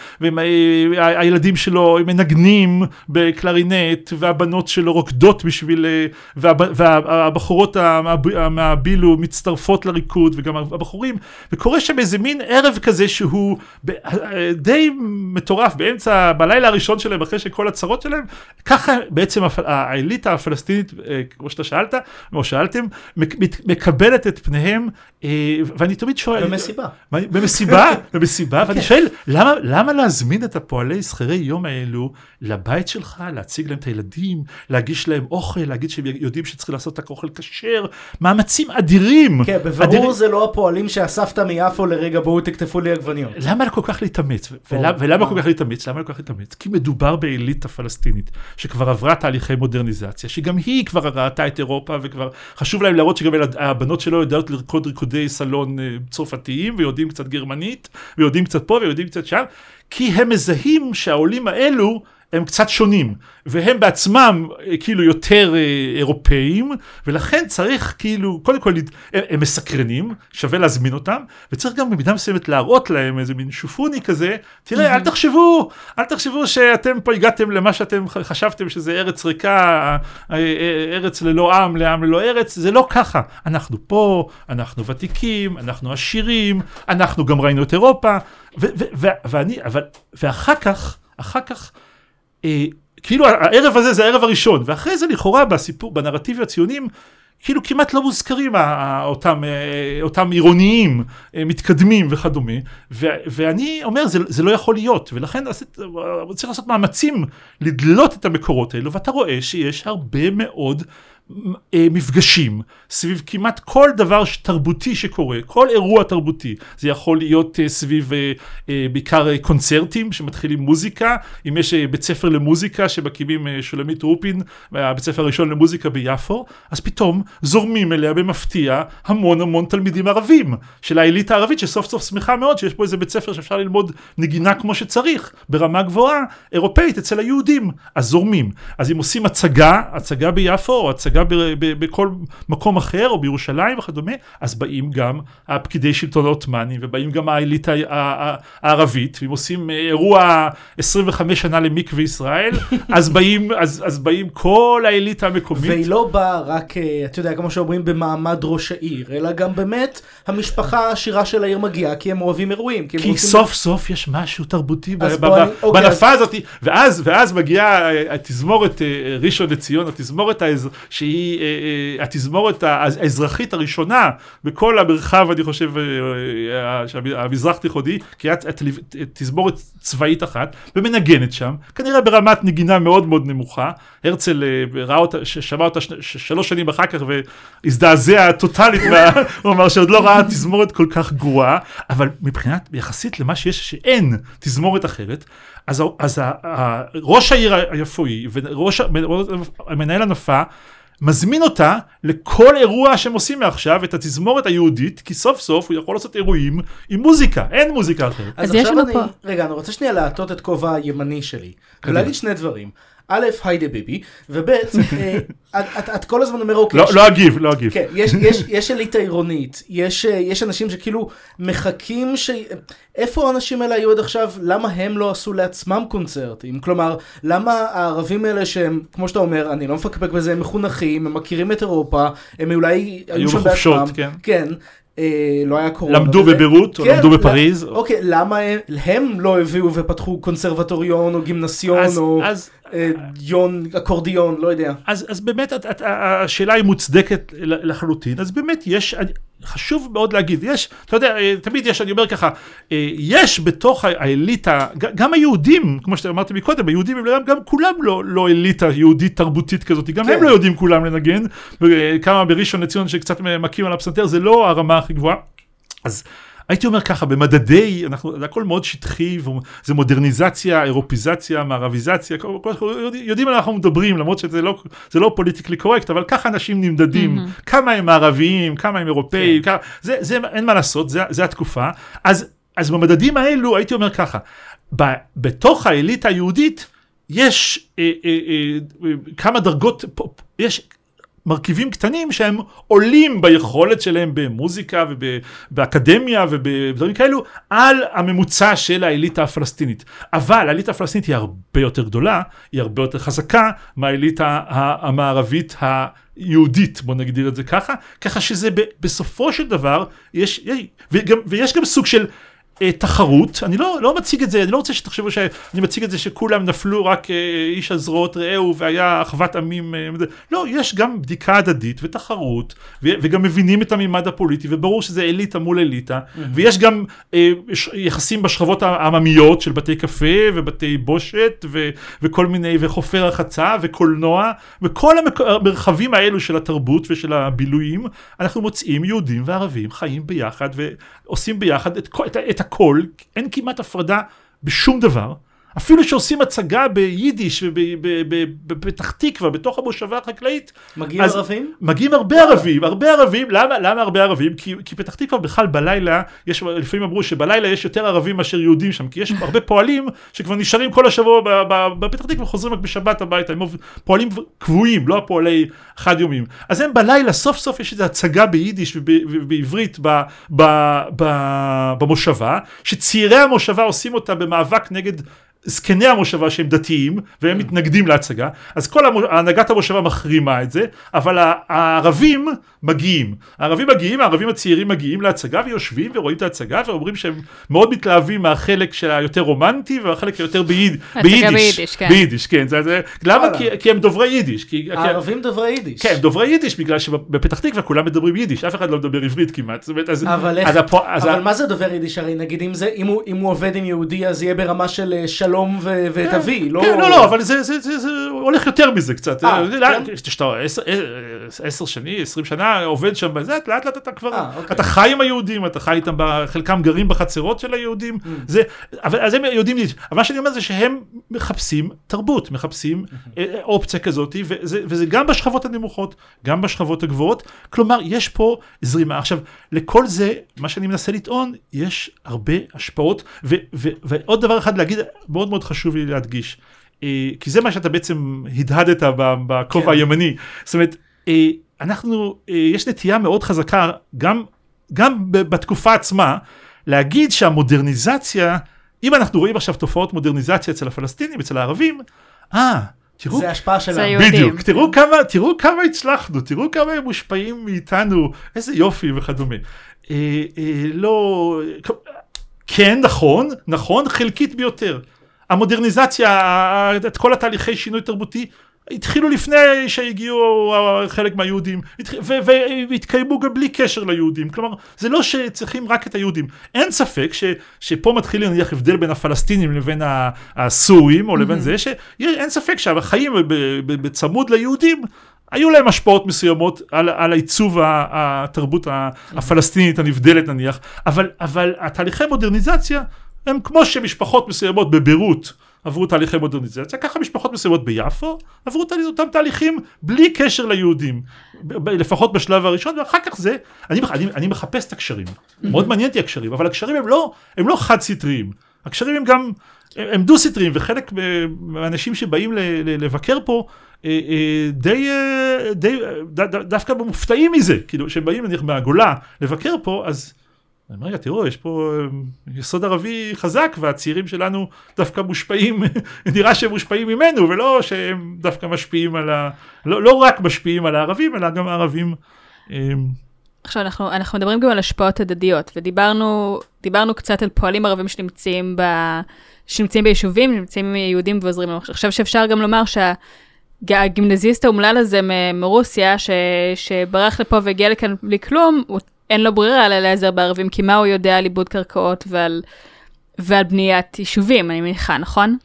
והילדים שלו מנגנים בקלרינט, והבנות שלו רוקדות בשביל, והבחורות מהבילו מצטרפות לריקוד, וגם הבחורים, וקורה שם איזה מין ערב כזה שהוא די מטורף, באמצע, בלילה הראשון שלהם, אחרי שכל הצרות שלהם, ככה בעצם האליטה הפלסטינית, כמו שאתה שאלת, כמו שאלתם, מקבלת את פניהם, ואני תמיד שואל... במסיבה. במסיבה, במסיבה, ואני שואל, למה, למה להזמין את הפועלי שכירי יום האלו לבית שלך, להציג להם את הילדים, להגיש להם אוכל, להגיד שהם יודעים שצריכים לעשות את האוכל כשר, מאמצים אדירים. כן, בברור זה לא הפועלים שאספת מיפו לרגע, בואו תקטפו לי עגבניות. למה כל כך להתאמץ? ולמה כל כך להתאמץ? למה כל כך להתאמץ? כי מדובר באליטה פלסטינית, שכבר עברה תהליכי מודרניזציה, שגם היא כבר ראתה את אירופה, וכבר חשוב להם להראות שגם הבנות שלו יודעות לרקוד ריקודי סלון צרפתיים, ויודעים קצת גרמנית, ויודעים קצת פה, ויודעים קצת שם, כי הם מזהים שהעולים האלו הם קצת שונים, והם בעצמם כאילו יותר אירופאים, ולכן צריך כאילו, קודם כל, הם מסקרנים, שווה להזמין אותם, וצריך גם במידה מסוימת להראות להם איזה מין שופוני כזה, תראה, אל תחשבו, אל תחשבו שאתם פה הגעתם למה שאתם חשבתם שזה ארץ ריקה, ארץ ללא עם, לעם ללא ארץ, זה לא ככה. אנחנו פה, אנחנו ותיקים, אנחנו עשירים, אנחנו גם ראינו את אירופה, ואני, אבל, ואחר כך, אחר כך, כאילו הערב הזה זה הערב הראשון, ואחרי זה לכאורה בסיפור, בנרטיב הציונים, כאילו כמעט לא מוזכרים אותם, אותם עירוניים, מתקדמים וכדומה, ואני אומר, זה, זה לא יכול להיות, ולכן צריך לעשות מאמצים לדלות את המקורות האלו, ואתה רואה שיש הרבה מאוד מפגשים סביב כמעט כל דבר תרבותי שקורה, כל אירוע תרבותי. זה יכול להיות סביב בעיקר קונצרטים שמתחילים מוזיקה, אם יש בית ספר למוזיקה שמקימים שולמית רופין, הבית ספר הראשון למוזיקה ביפו, אז פתאום זורמים אליה במפתיע המון המון תלמידים ערבים של האליטה הערבית, שסוף סוף שמחה מאוד שיש פה איזה בית ספר שאפשר ללמוד נגינה כמו שצריך, ברמה גבוהה, אירופאית אצל היהודים. אז זורמים. אז אם עושים הצגה, הצגה ביפו או הצגה בכל מקום אחר או בירושלים וכדומה, אז באים גם הפקידי שלטון העות'מאנים, ובאים גם האליטה הערבית, ואם עושים אירוע עשרים וחמש שנה למקווה ישראל, אז באים, אז, אז באים כל האליטה המקומית. והיא לא באה רק, אתה יודע, כמו שאומרים, במעמד ראש העיר, אלא גם באמת המשפחה העשירה של העיר מגיעה, כי הם אוהבים אירועים. כי, כי סוף ב... סוף יש משהו תרבותי בנפה בנפה הזאת, ואז, ואז מגיעה התזמורת ראשון לציון, התזמורת שהיא התזמורת האזרחית הראשונה בכל המרחב, אני חושב, המזרח תיכוני, כי הייתה תזמורת צבאית אחת, ומנגנת שם, כנראה ברמת נגינה מאוד מאוד נמוכה. הרצל ראה אותה, שמע אותה שלוש שנים אחר כך, והזדעזע טוטלית, הוא אמר שעוד לא ראה תזמורת כל כך גרועה, אבל מבחינת, יחסית למה שיש, שאין תזמורת אחרת, אז, אז ראש העיר היפואי, וראש, מנהל הנפה, מזמין אותה לכל אירוע שהם עושים מעכשיו, את התזמורת היהודית, כי סוף סוף הוא יכול לעשות אירועים עם מוזיקה, אין מוזיקה אחרת. אז, אז עכשיו אני, פה. רגע, אני רוצה שנייה להטות את כובע הימני שלי, ולהגיד שני דברים. א', היידה ביבי, וב', את כל הזמן אומר, אוקיי. לא אגיב, לא אגיב. כן, יש אליטה עירונית, יש אנשים שכאילו מחכים ש... איפה האנשים האלה היו עד עכשיו? למה הם לא עשו לעצמם קונצרטים? כלומר, למה הערבים האלה שהם, כמו שאתה אומר, אני לא מפקפק בזה, הם מחונכים, הם מכירים את אירופה, הם אולי היו בחופשות, כן. כן. לא היה קורונה. למדו בבירות או למדו בפריז. אוקיי, למה הם לא הביאו ופתחו קונסרבטוריון או גימנסיון או יון, אקורדיון, לא יודע. אז באמת השאלה היא מוצדקת לחלוטין. אז באמת יש, חשוב מאוד להגיד, יש, אתה יודע, תמיד יש, אני אומר ככה, יש בתוך האליטה, גם היהודים, כמו שאתה אמרת מקודם, היהודים הם גם כולם לא אליטה יהודית תרבותית כזאת, גם הם לא יודעים כולם לנגן, כמה בראשון לציון שקצת מקים על הפסנתר, זה לא הרמה הכי גבוהה. אז הייתי אומר ככה, במדדי, אנחנו, זה הכל מאוד שטחי, זה מודרניזציה, אירופיזציה, מערביזציה, יודעים על אנחנו מדברים, למרות שזה לא, זה לא פוליטיקלי קורקט, אבל ככה אנשים נמדדים, mm-hmm. כמה הם מערביים, כמה הם אירופאים, okay. כמה, זה, זה, אין מה לעשות, זה, זה התקופה. אז, אז במדדים האלו, הייתי אומר ככה, ב, בתוך האליטה היהודית, יש אה, אה, אה, כמה דרגות, יש מרכיבים קטנים שהם עולים ביכולת שלהם במוזיקה ובאקדמיה ובדברים כאלו, על הממוצע של האליטה הפלסטינית. אבל האליטה הפלסטינית היא הרבה יותר גדולה, היא הרבה יותר חזקה מהאליטה המערבית היהודית, בוא נגדיר את זה ככה, ככה שזה בסופו של דבר, יש, וגם, ויש גם סוג של תחרות. אני לא, לא מציג את זה, אני לא רוצה שתחשבו שאני מציג את זה שכולם נפלו רק איש הזרועות רעהו והיה אחוות עמים. לא, יש גם בדיקה הדדית ותחרות, וגם מבינים את הממד הפוליטי, וברור שזה אליטה מול אליטה, ויש גם יחסים בשכבות העממיות של בתי קפה ובתי בושת וכל מיני, וחופי רחצה וקולנוע, וכל המרחבים האלו של התרבות ושל הבילויים, אנחנו מוצאים יהודים וערבים חיים ביחד ועושים ביחד את, את, את הכל, אין כמעט הפרדה בשום דבר, אפילו שעושים הצגה ביידיש ובפתח תקווה, בתוך המושבה החקלאית. מגיעים ערבים? מגיעים הרבה ערבים, הרבה ערבים. למה, למה הרבה ערבים? כי, כי פתח תקווה בכלל בלילה, יש, לפעמים אמרו שבלילה יש יותר ערבים מאשר יהודים שם, כי יש הרבה פועלים שכבר נשארים כל השבוע בפתח תקווה, חוזרים רק בשבת הביתה, הם פועלים קבועים, לא הפועלי חד יומים. אז הם בלילה, סוף סוף יש איזו הצגה ביידיש ובעברית במושבה, שצעירי המושבה עושים אותה במאבק נגד זקני המושבה שהם דתיים, והם מתנגדים להצגה, אז כל ההנהגת המושבה מחרימה את זה, אבל הערבים מגיעים. הערבים מגיעים, הערבים הצעירים מגיעים להצגה, ויושבים ורואים את ההצגה, ואומרים שהם מאוד מתלהבים מהחלק של היותר רומנטי, והחלק היותר ביידיש. ביידיש, כן. ביידיש, כן. למה? כי הם דוברי יידיש. הערבים דוברי יידיש. כן, דוברי יידיש, בגלל שבפתח תקווה כולם מדברים יידיש, אף אחד לא מדבר עברית כמעט. אבל מה זה דובר יידיש? הרי נגיד אם הוא עובד עם יהודי, אז יהיה ברמה של שלום ותביא, לא... כן, לא, לא, אבל זה הולך יותר מזה קצת. כשאתה עשר שנים, עשרים שנה עובד שם בזה, לאט לאט אתה כבר, אתה חי עם היהודים, אתה חי איתם, חלקם גרים בחצרות של היהודים, אז הם יהודים, אבל מה שאני אומר זה שהם מחפשים תרבות, מחפשים אופציה כזאת, וזה גם בשכבות הנמוכות, גם בשכבות הגבוהות, כלומר, יש פה זרימה. עכשיו, לכל זה, מה שאני מנסה לטעון, יש הרבה השפעות, ועוד דבר אחד להגיד, מאוד מאוד חשוב לי להדגיש, כי זה מה שאתה בעצם הדהדת בכובע הימני. זאת אומרת, אנחנו, יש נטייה מאוד חזקה, גם, גם בתקופה עצמה, להגיד שהמודרניזציה, אם אנחנו רואים עכשיו תופעות מודרניזציה אצל הפלסטינים, אצל הערבים, אה, תראו, זה השפעה שלנו. בדיוק, תראו כמה, תראו כמה הצלחנו, תראו כמה הם מושפעים מאיתנו, איזה יופי וכדומה. אה, אה, לא, כן, נכון, נכון, חלקית ביותר. המודרניזציה, את כל התהליכי שינוי תרבותי, התחילו לפני שהגיעו חלק מהיהודים, והתקיימו גם בלי קשר ליהודים. כלומר, זה לא שצריכים רק את היהודים. אין ספק ש, שפה מתחיל להניח הבדל בין הפלסטינים לבין הסורים, או לבין זה, שאין ספק שהחיים בצמוד ליהודים, היו להם השפעות מסוימות על, על העיצוב התרבות הפלסטינית הנבדלת נניח, אבל, אבל התהליכי מודרניזציה, הם כמו שמשפחות מסוימות בבירות עברו תהליכי מודרניזציה, ככה משפחות מסוימות ביפו עברו אותם תהליכים בלי קשר ליהודים, לפחות בשלב הראשון, ואחר כך זה, אני, אני, אני מחפש את הקשרים, מאוד מעניין אותי הקשרים, אבל הקשרים הם לא, הם לא חד סטריים, הקשרים הם גם, הם דו סטריים, וחלק מהאנשים שבאים לבקר פה, די, די, דווקא מופתעים מזה, כאילו, שהם באים מהגולה לבקר פה, אז אני אומר, רגע, תראו, יש פה יסוד ערבי חזק, והצעירים שלנו דווקא מושפעים, נראה שהם מושפעים ממנו, ולא שהם דווקא משפיעים על ה... לא, לא רק משפיעים על הערבים, אלא גם הערבים. עכשיו, אנחנו, אנחנו מדברים גם על השפעות הדדיות, ודיברנו דיברנו קצת על פועלים ערבים שנמצאים, ב, שנמצאים ביישובים, נמצאים עם יהודים ועוזרים לנו. עכשיו שאפשר גם לומר שהגימנזיסט האומלל הזה מרוסיה, ש, שברח לפה והגיע לכאן בלי כלום, הוא אין לו ברירה אלא להיעזר בערבים, כי מה הוא יודע על עיבוד קרקעות ועל, ועל בניית יישובים, אני מניחה, נכון?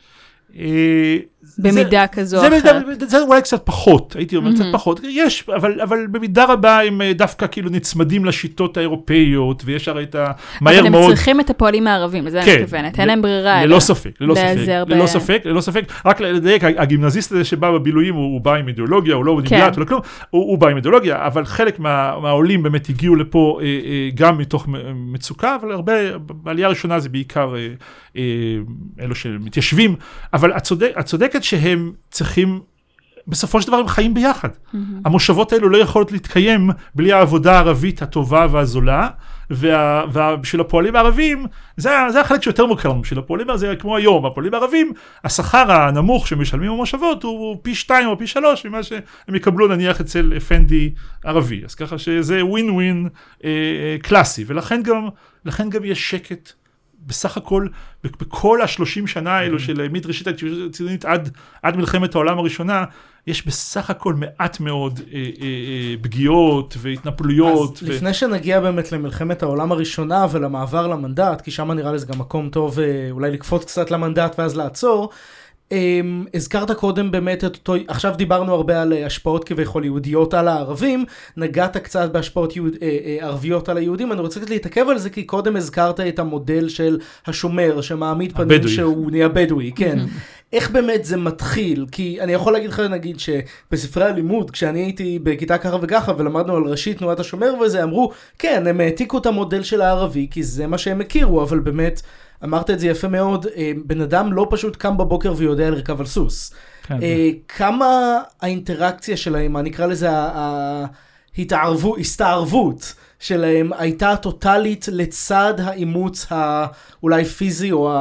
במידה כזו או אחרת. זה אולי קצת פחות, הייתי אומר קצת פחות. יש, אבל במידה רבה הם דווקא כאילו נצמדים לשיטות האירופאיות, ויש הרי את המהר מאוד... אבל הם צריכים את הפועלים הערבים, לזה אני מתכוונת. אין להם ברירה. ללא ספק, ללא ספק, ללא ספק. רק לדייק, הגימנזיסט הזה שבא בבילויים, הוא בא עם אידיאולוגיה, הוא לא נמלט, הוא לא כלום, הוא בא עם אידיאולוגיה, אבל חלק מהעולים באמת הגיעו לפה גם מתוך מצוקה, אבל הרבה, בעלייה הראשונה זה בעיקר אלו שמתיישבים, אבל הצודקת שהם צריכים בסופו של דבר הם חיים ביחד. Mm-hmm. המושבות האלו לא יכולות להתקיים בלי העבודה הערבית הטובה והזולה, וה, וה, בשביל הפועלים הערבים, זה, זה החלק שיותר מוכר לנו, בשביל הפועלים זה כמו היום, הפועלים הערבים, השכר הנמוך שמשלמים במושבות הוא פי שתיים או פי שלוש ממה שהם יקבלו נניח אצל אפנדי ערבי, אז ככה שזה ווין ווין אה, קלאסי, ולכן גם, לכן גם יש שקט, בסך הכל, בכל השלושים שנה האלו של מדראשית הציונית עד, עד מלחמת העולם הראשונה, יש בסך הכל מעט מאוד אה, אה, אה, פגיעות והתנפלויות. אז ו... לפני שנגיע באמת למלחמת העולם הראשונה ולמעבר למנדט, כי שם נראה לזה גם מקום טוב אולי לקפוץ קצת למנדט ואז לעצור, Um, הזכרת קודם באמת את אותו, עכשיו דיברנו הרבה על השפעות כביכול יהודיות על הערבים, נגעת קצת בהשפעות יהוד, אה, אה, ערביות על היהודים, אני רוצה קצת להתעכב על זה כי קודם הזכרת את המודל של השומר שמעמיד פנים הבדואי. שהוא נהיה בדואי, כן. איך באמת זה מתחיל? כי אני יכול להגיד לך נגיד שבספרי הלימוד, כשאני הייתי בכיתה ככה וככה ולמדנו על ראשית תנועת השומר וזה, אמרו כן, הם העתיקו את המודל של הערבי כי זה מה שהם הכירו, אבל באמת אמרת את זה יפה מאוד, בן אדם לא פשוט קם בבוקר ויודע לרכב על סוס. כן. כמה האינטראקציה שלהם, אני אקרא לזה ההתערבות, הסתערבות שלהם, הייתה טוטלית לצד האימוץ האולי פיזי או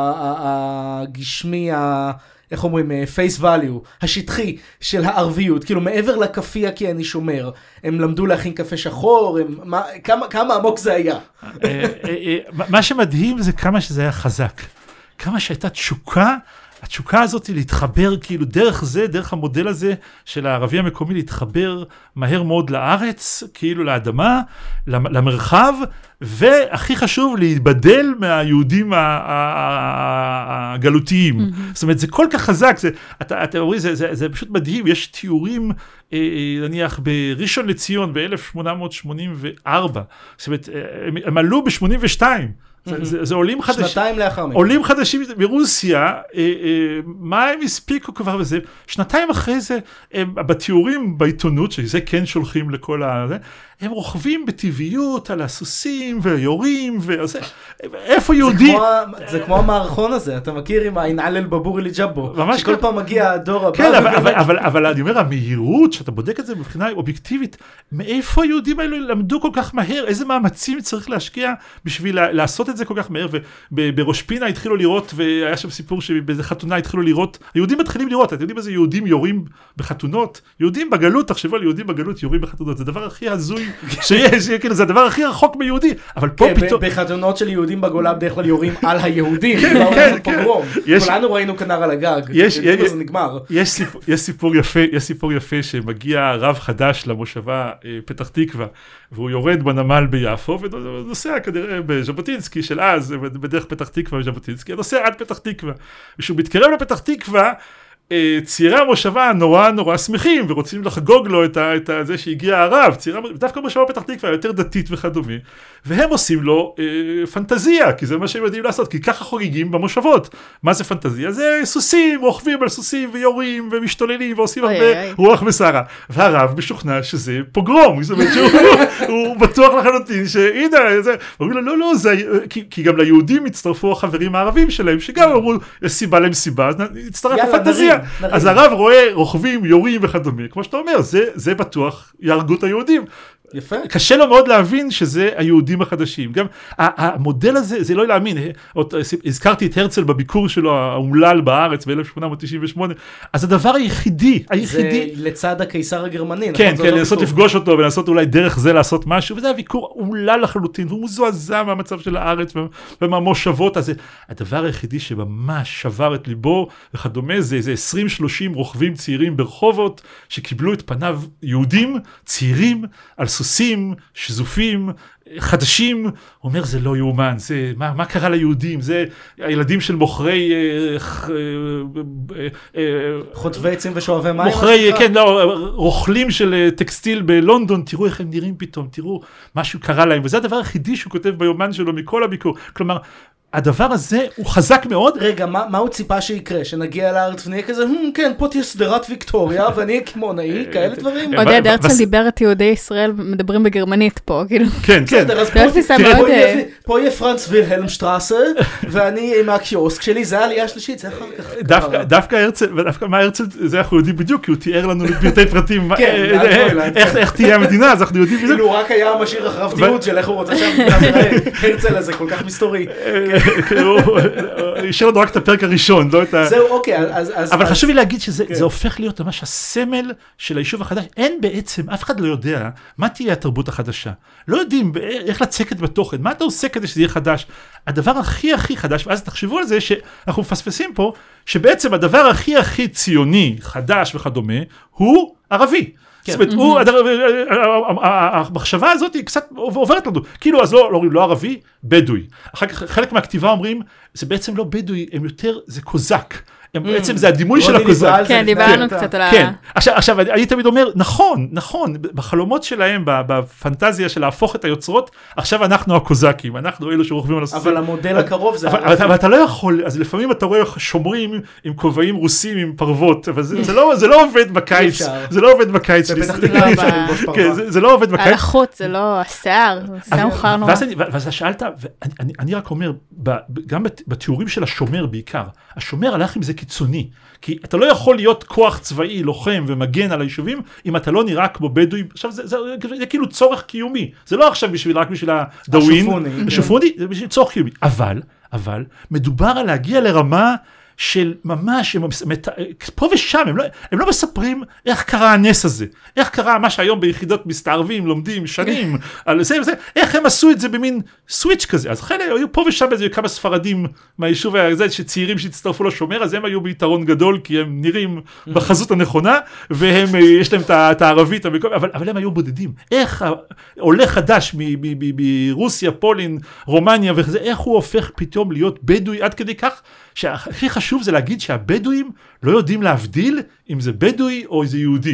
הגשמי, איך אומרים, face value, השטחי של הערביות, כאילו מעבר לקפיה כי אני שומר, הם למדו להכין קפה שחור, הם, מה, כמה, כמה עמוק זה היה? מה שמדהים זה כמה שזה היה חזק, כמה שהייתה תשוקה, התשוקה הזאת להתחבר כאילו דרך זה, דרך המודל הזה של הערבי המקומי להתחבר מהר מאוד לארץ, כאילו לאדמה, למרחב, והכי חשוב להיבדל מהיהודים הגלותיים. Mm-hmm. זאת אומרת, זה כל כך חזק, זה, אתה, אתה רואה, זה, זה, זה פשוט מדהים, יש תיאורים, אה, נניח, בראשון לציון ב-אלף שמונה מאות שמונים וארבע, זאת אומרת, הם, הם עלו ב-שמונים ושתיים, זה, זה, זה עולים חדשים, שנתיים לאחר מכן. עולים חדשים מרוסיה, אה, אה, מה הם הספיקו כבר בזה? שנתיים אחרי זה, הם, בתיאורים בעיתונות, שזה כן שולחים לכל ה... הם רוכבים בטבעיות על הסוסים ויורים, וזה, איפה יהודי? זה, זה כמו המערכון הזה, אתה מכיר עם העינעלל בבורי לג'אבו, שכל פעם מגיע הדור הבא. כן, אבל, אבל, אבל, אבל אני אומר, המהירות, שאתה בודק את זה מבחינה אובייקטיבית, מאיפה היהודים האלו למדו כל כך מהר, איזה מאמצים צריך להשקיע בשביל לעשות את זה כל כך מהר, ובראש פינה התחילו לראות, והיה שם סיפור שבאיזה חתונה התחילו לראות, היהודים מתחילים לראות, אתם יודעים איזה יהודים יורים בחתונות? יהודים בגלות, תחשבו על יהודים בגלות יורים בחתונות, זה הדבר הכי הזוי שיש, כאילו, זה הדבר הכי רחוק מיהודי, אבל פה פתאום... בחתונות של יהודים בגולה בדרך כלל יורים על היהודים, כולנו ראינו כנר על הגג, זה נגמר. יש סיפור יפה, יש סיפור יפה שמגיע רב חדש למושבה פתח תקווה, והוא יורד בנמל ביפו, ונוסע כנראה בז'בוטינסקי של אז, בדרך פתח תקווה וז'בוטינסקי, נוסע עד פתח תקווה, ושהוא מתקרב לפתח תקווה, צעירי המושבה נורא נורא שמחים ורוצים לחגוג לו את, ה, את זה שהגיע הרב, צעירי, דווקא מושבה פתח תקווה יותר דתית וכדומה, והם עושים לו אה, פנטזיה, כי זה מה שהם יודעים לעשות, כי ככה חוגגים במושבות. מה זה פנטזיה? זה סוסים, רוכבים על סוסים ויורים ומשתוללים ועושים הרבה אי, אי. רוח וסערה. והרב משוכנע שזה פוגרום, זאת אומרת שהוא הוא בטוח לחלוטין שהנה, זה, אומרים לו, לא, לא, זה, כי, כי גם ליהודים הצטרפו החברים הערבים שלהם, שגם אמרו, יש סיבה להם סיבה, אז נצטרף לפנטזיה. אז הרב רואה רוכבים, יורים וכדומה, כמו שאתה אומר, זה, זה בטוח יהרגו את היהודים. יפה. קשה לו מאוד להבין שזה היהודים החדשים. גם המודל הזה, זה לא להאמין, הזכרתי את הרצל בביקור שלו, האומלל בארץ ב-אלף שמונה מאות תשעים ושמונה, אז הדבר היחידי, היחידי... זה לצד הקיסר הגרמני. כן, כן, לנסות לפגוש אותו ולנסות אולי דרך זה לעשות משהו, וזה הביקור אומלל לחלוטין, והוא מזועזע מהמצב של הארץ ומהמושבות הזה. הדבר היחידי שממש שבר את ליבו וכדומה, זה איזה עשרים שלושים רוכבים צעירים ברחובות, שקיבלו את פניו יהודים, צעירים, על סוסים, שזופים, חדשים, הוא אומר זה לא יאומן, זה, מה, מה קרה ליהודים? זה הילדים של מוכרי... חוטבי עצים ושואבי מים? מוכרי, כן, לא, רוכלים של טקסטיל בלונדון, תראו איך הם נראים פתאום, תראו, משהו קרה להם, וזה הדבר היחידי שהוא כותב ביומן שלו מכל הביקור, כלומר, הדבר הזה הוא חזק מאוד. רגע, מה, מה הוא ציפה שיקרה? שנגיע לארץ ונהיה כזה, "הם, כן, פה תהיה סדרת ויקטוריה, ואני אהיה כימונאי", כאלה דברים? עודד, הרצל דיבר את יהודי ישראל, מדברים בגרמנית פה, כאילו. כן, כן. בסדר, אז פה יהיה פרנץ וילהלם שטרסה, ואני עם הקיוסק שלי, זה העלייה השלישית, זה אחר כך. דווקא הרצל, ודווקא מה הרצל, זה אנחנו יודעים בדיוק, כי הוא תיאר לנו לפרטי פרטים, איך תהיה המדינה, אז אנחנו יודעים בדיוק. כאילו, רק היה משאיר אחריו תיעוד של איך הוא רוצה שם, הרצל הזה כל כך מסתורי. השאיר לנו רק את הפרק הראשון, לא את ה... זהו, אוקיי, אז... אבל חשוב לי להגיד שזה הופך להיות ממש הסמל של היישוב החדש. אין בעצם, אף אחד לא יודע מה תהיה התרבות החדשה. לא יודעים איך לצקת בתוכן, מה אתה עושה כדי שזה יהיה חדש. הדבר הכי הכי חדש, ואז תחשבו על זה שאנחנו מפספסים פה, שבעצם הדבר הכי הכי ציוני, חדש וכדומה, הוא ערבי. זאת אומרת, המחשבה הזאת היא קצת עוברת לנו, כאילו אז לא אומרים לא ערבי, בדואי. אחר כך חלק מהכתיבה אומרים, זה בעצם לא בדואי, הם יותר, זה קוזק. בעצם זה הדימוי של הקוזק. כן, דיברנו קצת על ה... כן, עכשיו אני תמיד אומר, נכון, נכון, בחלומות שלהם, בפנטזיה של להפוך את היוצרות, עכשיו אנחנו הקוזקים, אנחנו אלו שרוכבים על הסוסים. אבל המודל הקרוב זה... אבל אתה לא יכול, אז לפעמים אתה רואה שומרים עם כובעים רוסים עם פרוות, אבל זה לא עובד בקיץ, זה לא עובד בקיץ. זה לא עובד בקיץ. על החוט, זה לא השיער, זה מוכר נורא. ואז שאלת, ואני רק אומר, גם בתיאורים של השומר בעיקר, השומר הלך עם זה קיצוני, כי אתה לא יכול להיות כוח צבאי, לוחם ומגן על היישובים, אם אתה לא נראה כמו בדואי. עכשיו זה, זה, זה, זה כאילו צורך קיומי, זה לא עכשיו בשביל, רק בשביל הדאווין, השופוני, השופוני, זה בשביל צורך קיומי, אבל, אבל, מדובר על להגיע לרמה של ממש, הם, פה ושם, הם לא, הם לא מספרים איך קרה הנס הזה, איך קרה מה שהיום ביחידות מסתערבים, לומדים שנים, על זה וזה, איך הם עשו את זה במין סוויץ' כזה. אז חלק, היו פה ושם איזה כמה ספרדים מהיישוב הזה, שצעירים שהצטרפו לשומר, אז הם היו ביתרון גדול, כי הם נראים בחזות הנכונה, והם, יש להם את הערבית, אבל, אבל הם היו בודדים. איך עולה חדש מרוסיה, פולין, רומניה וכזה, איך הוא הופך פתאום להיות בדואי עד כדי כך, שהכי חשוב זה להגיד שהבדואים לא יודעים להבדיל אם זה בדואי או איזה יהודי.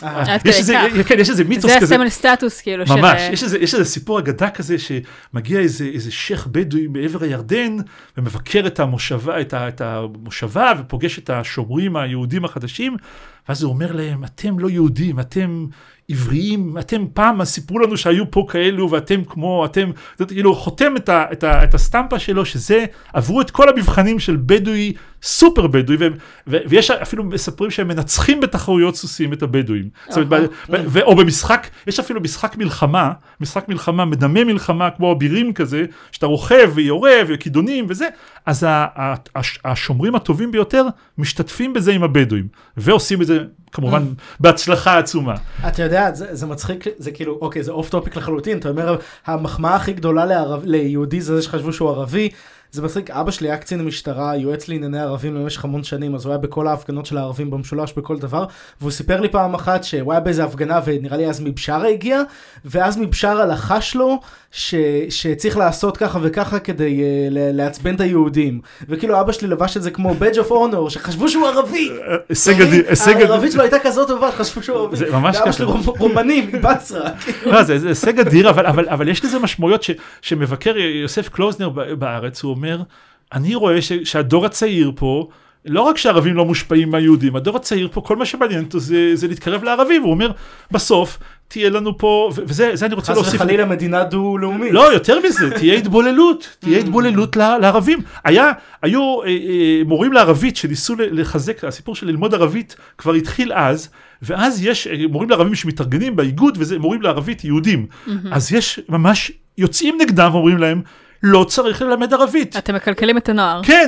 יש איזה, כן, יש איזה מיתוס כזה. זה הסמל סטטוס כאילו. ממש, יש איזה, יש איזה סיפור אגדה כזה שמגיע איזה, איזה שייך בדואי בעבר הירדן ומבקר את המושבה, את ה, את המושבה ופוגש את השומרים היהודים החדשים, ואז הוא אומר להם, אתם לא יהודים, אתם עבריים, אתם פעם סיפרו לנו שהיו פה כאלו ואתם כמו, אתם, כאילו חותם את, ה, את, ה, את הסטמפה שלו, שזה עברו את כל המבחנים של בדואי, סופר בדואי, ו, ו, ויש אפילו מספרים שהם מנצחים בתחרויות סוסים את הבדואים. זאת אומרת, ו, ו, או במשחק, יש אפילו משחק מלחמה, משחק מלחמה, מדמה מלחמה, כמו אבירים כזה, שאתה רוכב ויורה וכידונים וזה, אז ה, ה, ה, השומרים הטובים ביותר משתתפים בזה עם הבדואים, ועושים את זה כמובן בהצלחה עצומה. אתה יודע, זה, זה מצחיק, זה כאילו, אוקיי, זה אוף טופיק לחלוטין, אתה אומר, המחמאה הכי גדולה לערב, ליהודי זה זה שחשבו שהוא ערבי, זה מצחיק, אבא שלי היה קצין המשטרה, יועץ לענייני ערבים במשך המון שנים, אז הוא היה בכל ההפגנות של הערבים במשולש, בכל דבר, והוא סיפר לי פעם אחת שהוא היה באיזה הפגנה, ונראה לי אז מבשרה הגיע, ואז מבשרה לחש לו, ש... שצריך לעשות ככה וככה כדי uh, לעצבן את היהודים. וכאילו אבא שלי לבש את זה כמו badge of honor, שחשבו שהוא ערבי. הישג אדיר. הערבית שלו הייתה כזאת טובה, חשבו שהוא ערבי. זה ממש ככה. אבא שלי רומני, מבצרה. זה הישג אדיר, אבל יש לזה משמעויות שמבקר יוסף קלוזנר בארץ, הוא אומר, אני רואה שהדור הצעיר פה, לא רק שהערבים לא מושפעים מהיהודים, הדור הצעיר פה, כל מה שמעניין אותו זה, זה להתקרב לערבים, והוא אומר, בסוף, תהיה לנו פה, וזה זה אני רוצה להוסיף. חס וחלילה מדינה דו-לאומית. לא, יותר מזה, תהיה התבוללות, תהיה התבוללות לערבים. היה, היו אה, אה, מורים לערבית שניסו לחזק, הסיפור של ללמוד ערבית כבר התחיל אז, ואז יש מורים לערבים שמתארגנים באיגוד, וזה מורים לערבית יהודים. אז יש ממש יוצאים נגדם ואומרים להם, לא צריך ללמד ערבית. אתם מקלקלים את הנוער. כן,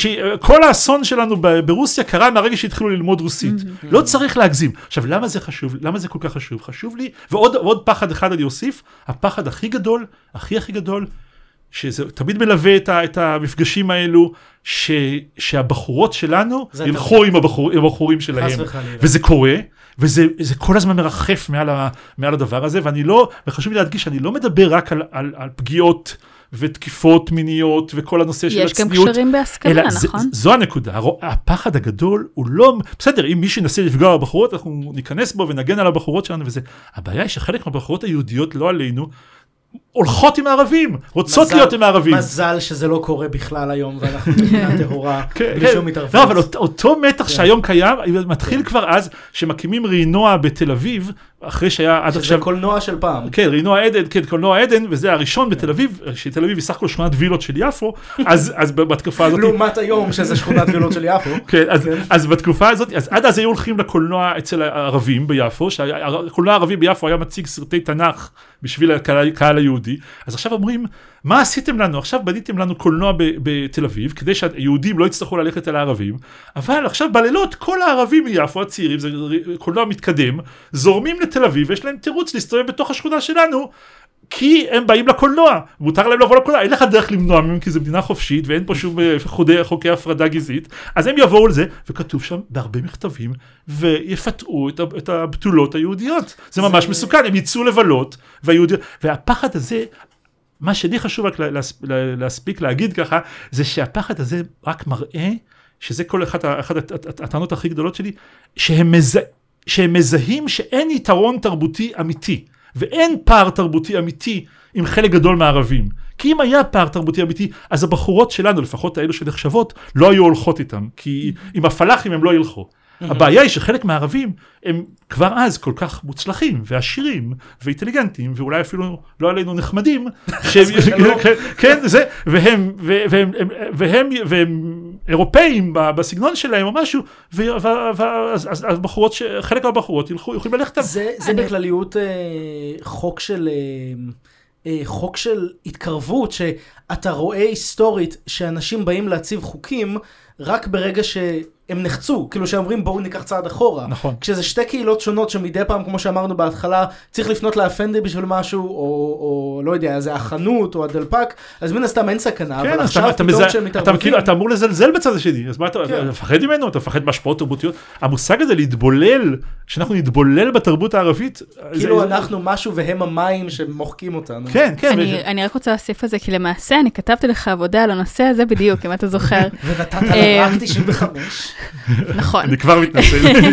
שכל האסון שלנו ברוסיה קרה מהרגע שהתחילו ללמוד רוסית. לא צריך להגזים. עכשיו, למה זה חשוב? למה זה כל כך חשוב? חשוב לי, ועוד פחד אחד אני אוסיף, הפחד הכי גדול, הכי הכי גדול, שזה תמיד מלווה את המפגשים האלו, שהבחורות שלנו ילכו עם הבחורים שלהם. וזה קורה. וזה זה כל הזמן מרחף מעל, ה, מעל הדבר הזה, ואני לא, וחשוב לי להדגיש, אני לא מדבר רק על, על, על פגיעות ותקיפות מיניות וכל הנושא של הצניעות. יש גם קשרים בהשכלה, נכון? זה, זו הנקודה. הפחד הגדול הוא לא, בסדר, אם מישהו ינסה לפגוע בבחורות, אנחנו ניכנס בו ונגן על הבחורות שלנו וזה. הבעיה היא שחלק מהבחורות היהודיות לא עלינו, הולכות עם הערבים, רוצות להיות עם הערבים. מזל שזה לא קורה בכלל היום, ואנחנו מדינה טהורה, בלי שום התערבות. לא, אבל אותו מתח שהיום קיים, מתחיל כבר אז, שמקימים רעינוע בתל אביב, אחרי שהיה עד עכשיו... שזה קולנוע של פעם. כן, רעינוע עדן, כן, קולנוע עדן, וזה הראשון בתל אביב, שתל אביב היא סך הכל שכונת וילות של יפו, אז בתקופה הזאת... לעומת היום, שזה שכונת וילות של יפו. כן, אז בתקופה הזאת, אז עד אז היו הולכים לקולנוע אצל הערבים ביפו, שהקולנוע הערבי ביפו היה מציג סרטי תנ"ך בשביל הקהל היהודי, אז עכשיו אומרים, מה עשיתם לנו? עכשיו בניתם לנו קולנוע בתל אביב, כדי שהיהודים לא יצטרכו ללכת אל הערבים, אבל עכשיו בלילות כל הערבים מיפו, הצעירים, זה קולנוע מתקדם, זורמים לתל אביב, ויש להם תירוץ להסתובב בתוך השכונה שלנו, כי הם באים לקולנוע, מותר להם לבוא לקולנוע, אין לך דרך למנוע מהם, כי זו מדינה חופשית, ואין פה שום חודי, חוקי הפרדה גזעית, אז הם יבואו לזה, וכתוב שם בהרבה מכתבים, ויפתעו את, את הבתולות היהודיות. זה ממש זה... מסוכן, הם יצאו לבלות, והיהודיות, והפחד הזה, מה שלי חשוב רק להספיק להגיד ככה, זה שהפחד הזה רק מראה, שזה כל אחת, אחת הטענות הכי גדולות שלי, שהם, מזה, שהם מזהים שאין יתרון תרבותי אמיתי, ואין פער תרבותי אמיתי עם חלק גדול מהערבים. כי אם היה פער תרבותי אמיתי, אז הבחורות שלנו, לפחות האלו שנחשבות, לא היו הולכות איתם, כי עם הפלאחים הם לא ילכו. הבעיה היא שחלק מהערבים הם כבר אז כל כך מוצלחים ועשירים ואינטליגנטים ואולי אפילו לא עלינו נחמדים, כן, זה, והם, והם, והם, והם אירופאים בסגנון שלהם או משהו, ואז הבחורות, חלק מהבחורות יכולים ללכת. זה בכלליות חוק של... חוק של התקרבות, שאתה רואה היסטורית שאנשים באים להציב חוקים רק ברגע שהם נחצו, כאילו שאומרים בואו ניקח צעד אחורה. נכון. כשזה שתי קהילות שונות שמדי פעם, כמו שאמרנו בהתחלה, צריך לפנות לאפנדי בשביל משהו, או, או לא יודע, זה החנות או הדלפק, אז מן הסתם אין סכנה, כן, אבל עכשיו פתאום שהם מתערבבים. אתה, כאילו, אתה אמור לזלזל בצד השני, אז מה אתה, כן. אתה מפחד ממנו, אתה מפחד מהשפעות תרבותיות. המושג הזה להתבולל, שאנחנו נתבולל בתרבות הערבית. כאילו זה, אנחנו זה... משהו והם המים שמוחקים אותנו. כן, כן. אני, ש... אני רק רוצה להוסיף על זה, כי למעשה אני כתבתי לך עבודה על הנושא הזה בדיוק, אם אתה זוכר. ונתת לה רק תשעים וחמש. נכון. אני כבר מתנצל.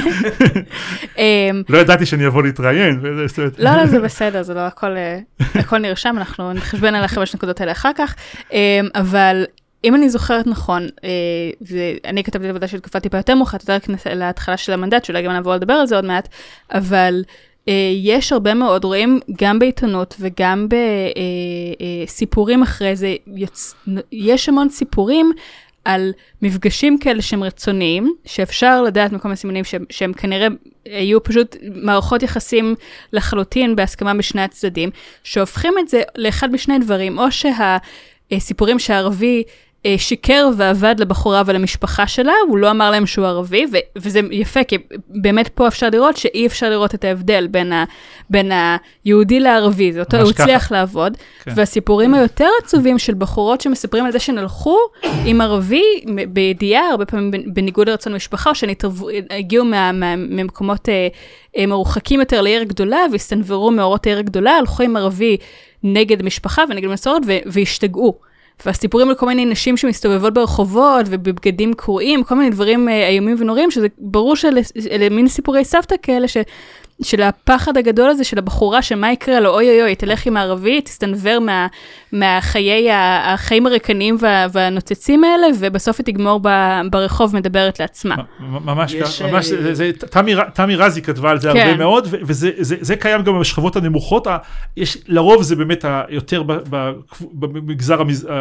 לא ידעתי שאני אבוא להתראיין. לא, לא, זה בסדר, זה לא הכל נרשם, אנחנו נחשבן על החמש נקודות האלה אחר כך, אבל אם אני זוכרת נכון, ואני כתבתי עבודה שתקופה טיפה יותר מוכת, יותר להתחלה של המנדט, שאולי גם נעבור לדבר על זה עוד מעט, אבל יש הרבה מאוד, רואים גם בעיתונות וגם בסיפורים אחרי זה, יש המון סיפורים, על מפגשים כאלה שהם רצוניים, שאפשר לדעת מכל מיני סימנים שהם, שהם כנראה היו פשוט מערכות יחסים לחלוטין בהסכמה בשני הצדדים, שהופכים את זה לאחד משני דברים, או שהסיפורים שהערבי שיקר ועבד לבחורה ולמשפחה שלה, הוא לא אמר להם שהוא ערבי, ו- וזה יפה, כי באמת פה אפשר לראות שאי אפשר לראות את ההבדל בין, ה- בין היהודי לערבי, זה אותו הוא הצליח לעבוד, כן. והסיפורים היותר עצובים של בחורות שמספרים על זה שנלכו עם ערבי בידיעה, הרבה פעמים בניגוד לרצון משפחה, או שהגיעו מה- מה- ממקומות אה, אה, מרוחקים יותר לעיר גדולה, והסתנוורו מאורות העיר גדולה, הלכו עם ערבי נגד משפחה ונגד מסורת, ו- והשתגעו. והסיפורים על כל מיני נשים שמסתובבות ברחובות ובבגדים קרועים, כל מיני דברים איומים ונוראים, שזה ברור שאלה מין סיפורי סבתא כאלה, ש, של הפחד הגדול הזה של הבחורה, שמה יקרה לו, אוי אוי אוי, תלך עם הערבי, תסתנבר מה, מהחיי, החיים הריקניים וה, והנוצצים האלה, ובסוף היא תגמור ב, ברחוב מדברת לעצמה. ממש, ממש, זה, זה, תמי, תמי רזי כתבה על זה כן. הרבה מאוד, וזה זה, זה קיים גם בשכבות הנמוכות, יש, לרוב זה באמת יותר במגזר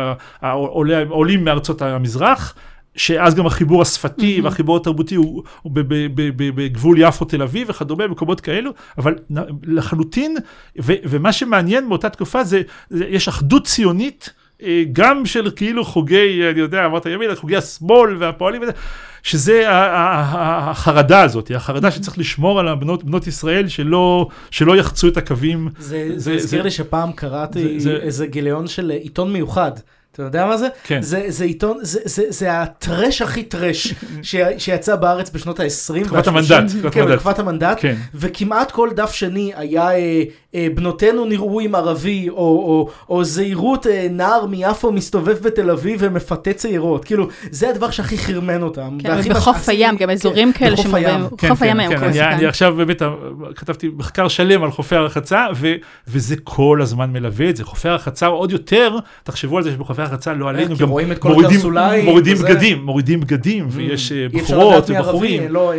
העולים מארצות המזרח, שאז גם החיבור השפתי mm-hmm. והחיבור התרבותי הוא, הוא בגבול יפו תל אביב וכדומה, מקומות כאלו, אבל לחלוטין, ו, ומה שמעניין באותה תקופה זה, זה יש אחדות ציונית, גם של כאילו חוגי, אני יודע, אמרת ימין, חוגי השמאל והפועלים, שזה החרדה הזאת, החרדה שצריך לשמור על הבנות, בנות ישראל שלא, שלא יחצו את הקווים. זה, זה, זה הזכיר לי שפעם קראתי זה, זה, איזה גיליון של עיתון מיוחד, אתה יודע מה זה? כן. זה, זה עיתון, זה, זה, זה הטרש הכי טרש שיצא בארץ בשנות ה-עשרים. תקופת המנדט. כן, תקופת המנדט. כן. וכמעט כל דף שני היה אה, אה, בנותינו נראו עם ערבי, או, או, או זהירות אה, נער מיפו מסתובב בתל אביב ומפתה צעירות. כאילו, זה הדבר שהכי חרמן אותם. כן, ובחוף הים, גם אזורים כאלה שמראים, חוף הים היום. אני עכשיו באמת כתבתי מחקר שלם על חופי הרחצה, וזה כל הזמן מלווה את זה. חופי הרחצה עוד יותר, תחשבו על זה שבחופי הרחצה לא עלינו, גם מורידים בגדים, מורידים בגדים, ויש בחורות ובחורים,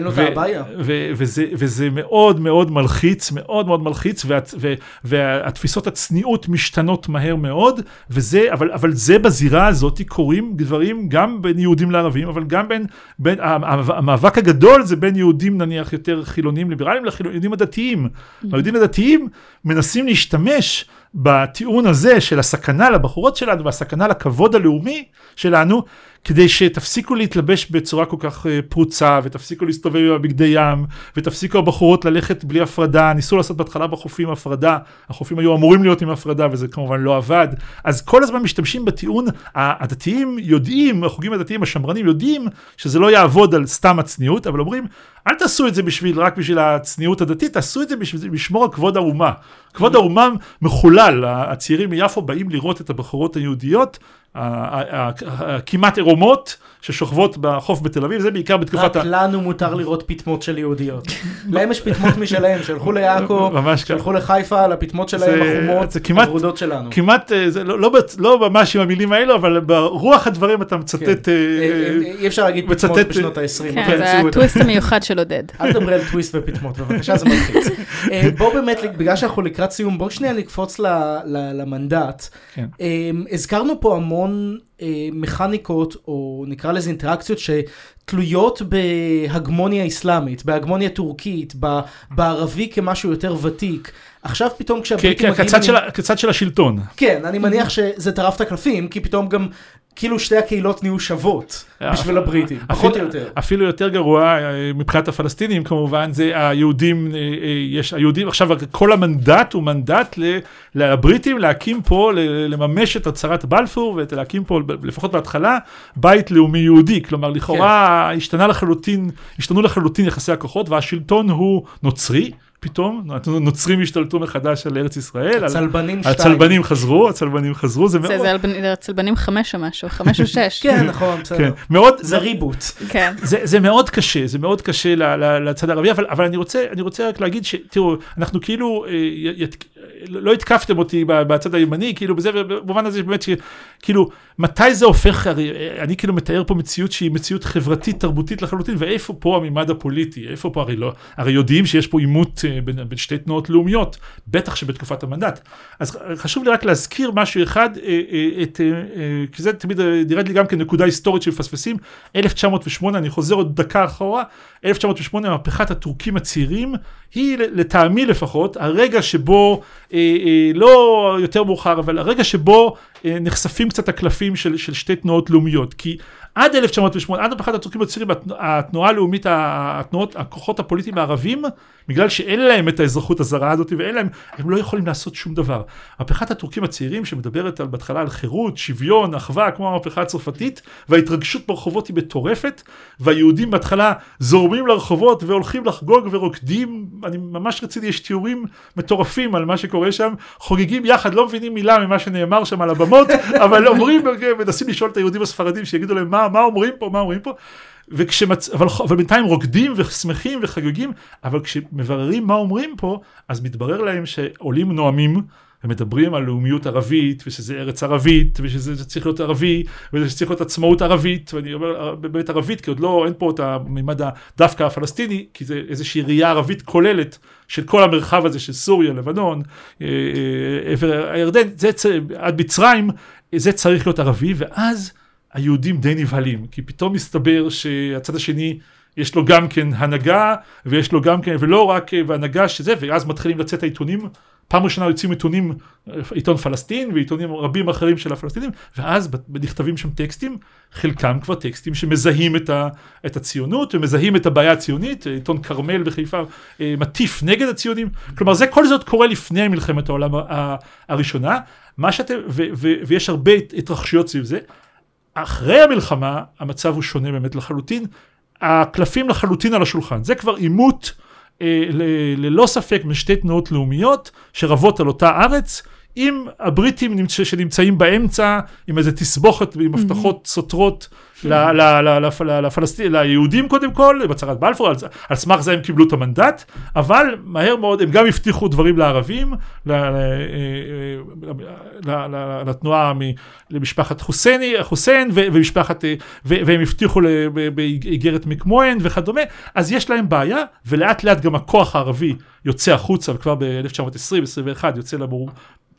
וזה מאוד מאוד מלחיץ, מאוד מאוד מלחיץ, והתפיסות הצניעות משתנות מהר מאוד, אבל זה בזירה הזאת קורים דברים גם בין יהודים לערבים, אבל גם בין, המאבק הגדול זה בין יהודים נניח יותר חילונים ליברליים ליהודים הדתיים. היהודים הדתיים מנסים להשתמש בטיעון הזה של הסכנה לבחורות שלנו והסכנה לכבוד הלאומי שלנו, כדי שתפסיקו להתלבש בצורה כל כך פרוצה, ותפסיקו להסתובב בבגדי ים, ותפסיקו הבחורות ללכת בלי הפרדה. ניסו לעשות בהתחלה בחופים הפרדה, החופים היו אמורים להיות עם הפרדה, וזה כמובן לא עבד. אז כל הזמן משתמשים בטיעון, הדתיים יודעים, החוגים הדתיים, השמרנים יודעים, שזה לא יעבוד על סתם הצניעות, אבל אומרים, אל תעשו את זה בשביל, רק בשביל הצניעות הדתית, תעשו את זה בשביל לשמור על כבוד האומה. כבוד האומה מחולל, הצעירים מיפו באים לראות את הבחורות היהודיות, כמעט עירומות ששוכבות בחוף בתל אביב, זה בעיקר בתקופת... רק לנו מותר לראות פתמות של יהודיות. להם יש פתמות משלהם, שהלכו ליעקב, שהלכו לחיפה, לפתמות שלהם החומות, הברודות שלנו. כמעט, לא ממש עם המילים האלו, אבל ברוח הדברים אתה מצטט... אי אפשר להגיד פתמות בשנות ה-עשרים. כן, זה הטוויסט המיוחד של עודד. אל תדבר על טוויסט ופתמות, בבקשה, זה מלחיץ. בוא באמת, בגלל שאנחנו לקראת סיום, בוא שנייה נקפוץ למנדט. הזכרנו פה המון מכניקות, או נקרא לזה אינטראקציות, שתלויות בהגמוניה אסלאמית, בהגמוניה טורקית, בערבי כמשהו יותר ותיק. עכשיו פתאום כשהבריטים מגיעים... כצד של השלטון. כן, אני מניח שזה טרף את הקלפים, כי פתאום גם... כאילו שתי הקהילות נהיו שוות בשביל הבריטים, פחות או יותר. אפילו יותר גרוע, מבחינת הפלסטינים כמובן, זה היהודים, יש היהודים, עכשיו כל המנדט הוא מנדט לבריטים להקים פה, לממש את הצהרת בלפור, ולהקים פה, לפחות בהתחלה, בית לאומי יהודי, כלומר לכאורה השתנה לחלוטין, השתנו לחלוטין יחסי הכוחות, והשלטון הוא נוצרי, פתאום, נוצרים השתלטו מחדש על ארץ ישראל. הצלבנים שתיים. הצלבנים חזרו, הצלבנים חזרו, זה מאוד... זה הצלבנים חמש או משהו, חמש או שש. כן, נכון, בסדר. זה ריבוט. כן. זה מאוד קשה, זה מאוד קשה לצד הערבי, אבל אני רוצה רק להגיד שתראו, אנחנו כאילו, לא התקפתם אותי בצד הימני, כאילו בזה, במובן הזה באמת שכאילו, מתי זה הופך, אני כאילו מתאר פה מציאות שהיא מציאות חברתית, תרבותית לחלוטין, ואיפה פה הממד הפוליטי, איפה פה הרי לא, הרי יודעים שיש פה עימות בין, בין שתי תנועות לאומיות, בטח שבתקופת המנדט. אז חשוב לי רק להזכיר משהו אחד, את, כי זה תמיד נראית לי גם כנקודה היסטורית שמפספסים, אלף תשע מאות ושמונה, אני חוזר עוד דקה אחורה, אלף תשע מאות ושמונה, מהפכת הטורקים הצעירים, היא לטעמי לפחות, הרגע שבו, לא יותר מאוחר, אבל הרגע שבו נחשפים קצת הקלפים של, של שתי תנועות לאומיות, כי עד אלף תשע מאות ושמונה, עד מהפכת הטורקים הצעירים, התנועה הלאומית, התנועות, הכוחות הפוליטיים הערבים, בגלל שאין להם את האזרחות הזרה הזאת, ואין להם, הם לא יכולים לעשות שום דבר. מהפכת הטורקים הצעירים, שמדברת על, בהתחלה על חירות, שוויון, אחווה, כמו המהפכה הצרפתית, וההתרגשות ברחובות היא מטורפת, והיהודים בהתחלה זורמים לרחובות, והולכים לחגוג ורוקדים, אני ממש רציתי, יש תיאורים מטורפים על מה שקורה שם, חוגגים יחד, לא מבינים מילה ממה שנאמר שם על הבמות, אבל אומרים, מנסים לשאול את היהודים הספרדים, שיגידו להם מה, מה אומרים פה, מה אומרים פה, וכשמצ... אבל, אבל בינתיים רוקדים ושמחים וחגגים, אבל כשמבררים מה אומרים פה, אז מתברר להם שעולים נואמים, ומדברים על לאומיות ערבית, ושזה ארץ ערבית, ושזה צריך להיות ערבי, ושזה צריך להיות עצמאות ערבית, ואני אומר באמת ערבית, כי עוד לא, אין פה את הממד דווקא הפלסטיני, כי זה איזושהי ראייה ערבית כוללת, של כל המרחב הזה, של סוריה, לבנון, עבר הירדן, זה, עד מצרים, זה צריך להיות ערבי, ואז היהודים די נבהלים, כי פתאום מסתבר שהצד השני יש לו גם כן הנהגה, ויש לו גם כן, ולא רק בהנהגה שזה, ואז מתחילים לצאת העיתונים, פעם ראשונה יוצאים עיתונים, עיתון פלסטין, ועיתונים רבים אחרים של הפלסטינים, ואז נכתבים שם טקסטים, חלקם כבר טקסטים שמזהים את, ה, את הציונות, ומזהים את הבעיה הציונית, עיתון קרמל בחיפה, מטיף נגד הציונים, כלומר זה כל זאת קורה לפני מלחמת העולם הראשונה, מה שאתם, ו, ו, ויש הרבה התרחשויות סביב זה, אחרי המלחמה, המצב הוא שונה באמת לחלוטין, הקלפים לחלוטין על השולחן, זה כבר עימות, אה, ל- ללא ספק משתי תנועות לאומיות, שרבות על אותה ארץ, עם הבריטים נמצא, שנמצאים באמצע, עם איזה תסבוכת ועם הבטחות סותרות ל- ל- ל- ל- לפלסטין, ליהודים קודם כל, בצהרת בלפור, על, על סמך זה הם קיבלו את המנדט, אבל מהר מאוד הם גם הבטיחו דברים לערבים, ל- ל- ל- ל- לתנועה מ- למשפחת חוסייני, חוסיין, ו- ומשפחת, ו- והם הבטיחו באיגרת מקמוהן וכדומה, אז יש להם בעיה, ולאט לאט גם הכוח הערבי יוצא החוצה, וכבר ב-אלף תשע מאות עשרים עשרים ואחת יוצא למור,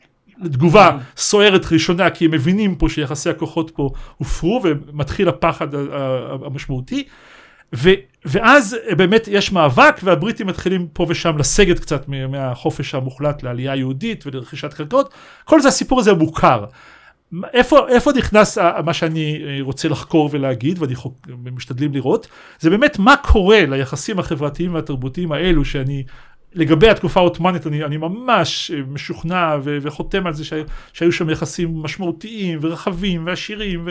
לתגובה סוערת ראשונה, כי הם מבינים פה שיחסי הכוחות פה הופרו, ומתחיל הפחד המשמעותי, ו, ואז באמת יש מאבק, והבריטים מתחילים פה ושם לסגת קצת מהחופש המוחלט לעלייה יהודית ולרכישת קרקעות, כל זה הסיפור הזה מוכר. איפה, איפה נכנס מה שאני רוצה לחקור ולהגיד, ואני משתדלים לראות, זה באמת מה קורה ליחסים החברתיים והתרבותיים האלו, שאני לגבי התקופה העות'מאנית, אני, אני ממש משוכנע ו- וחותם על זה שהיו, שהיו שם יחסים משמעותיים ורחבים ועשירים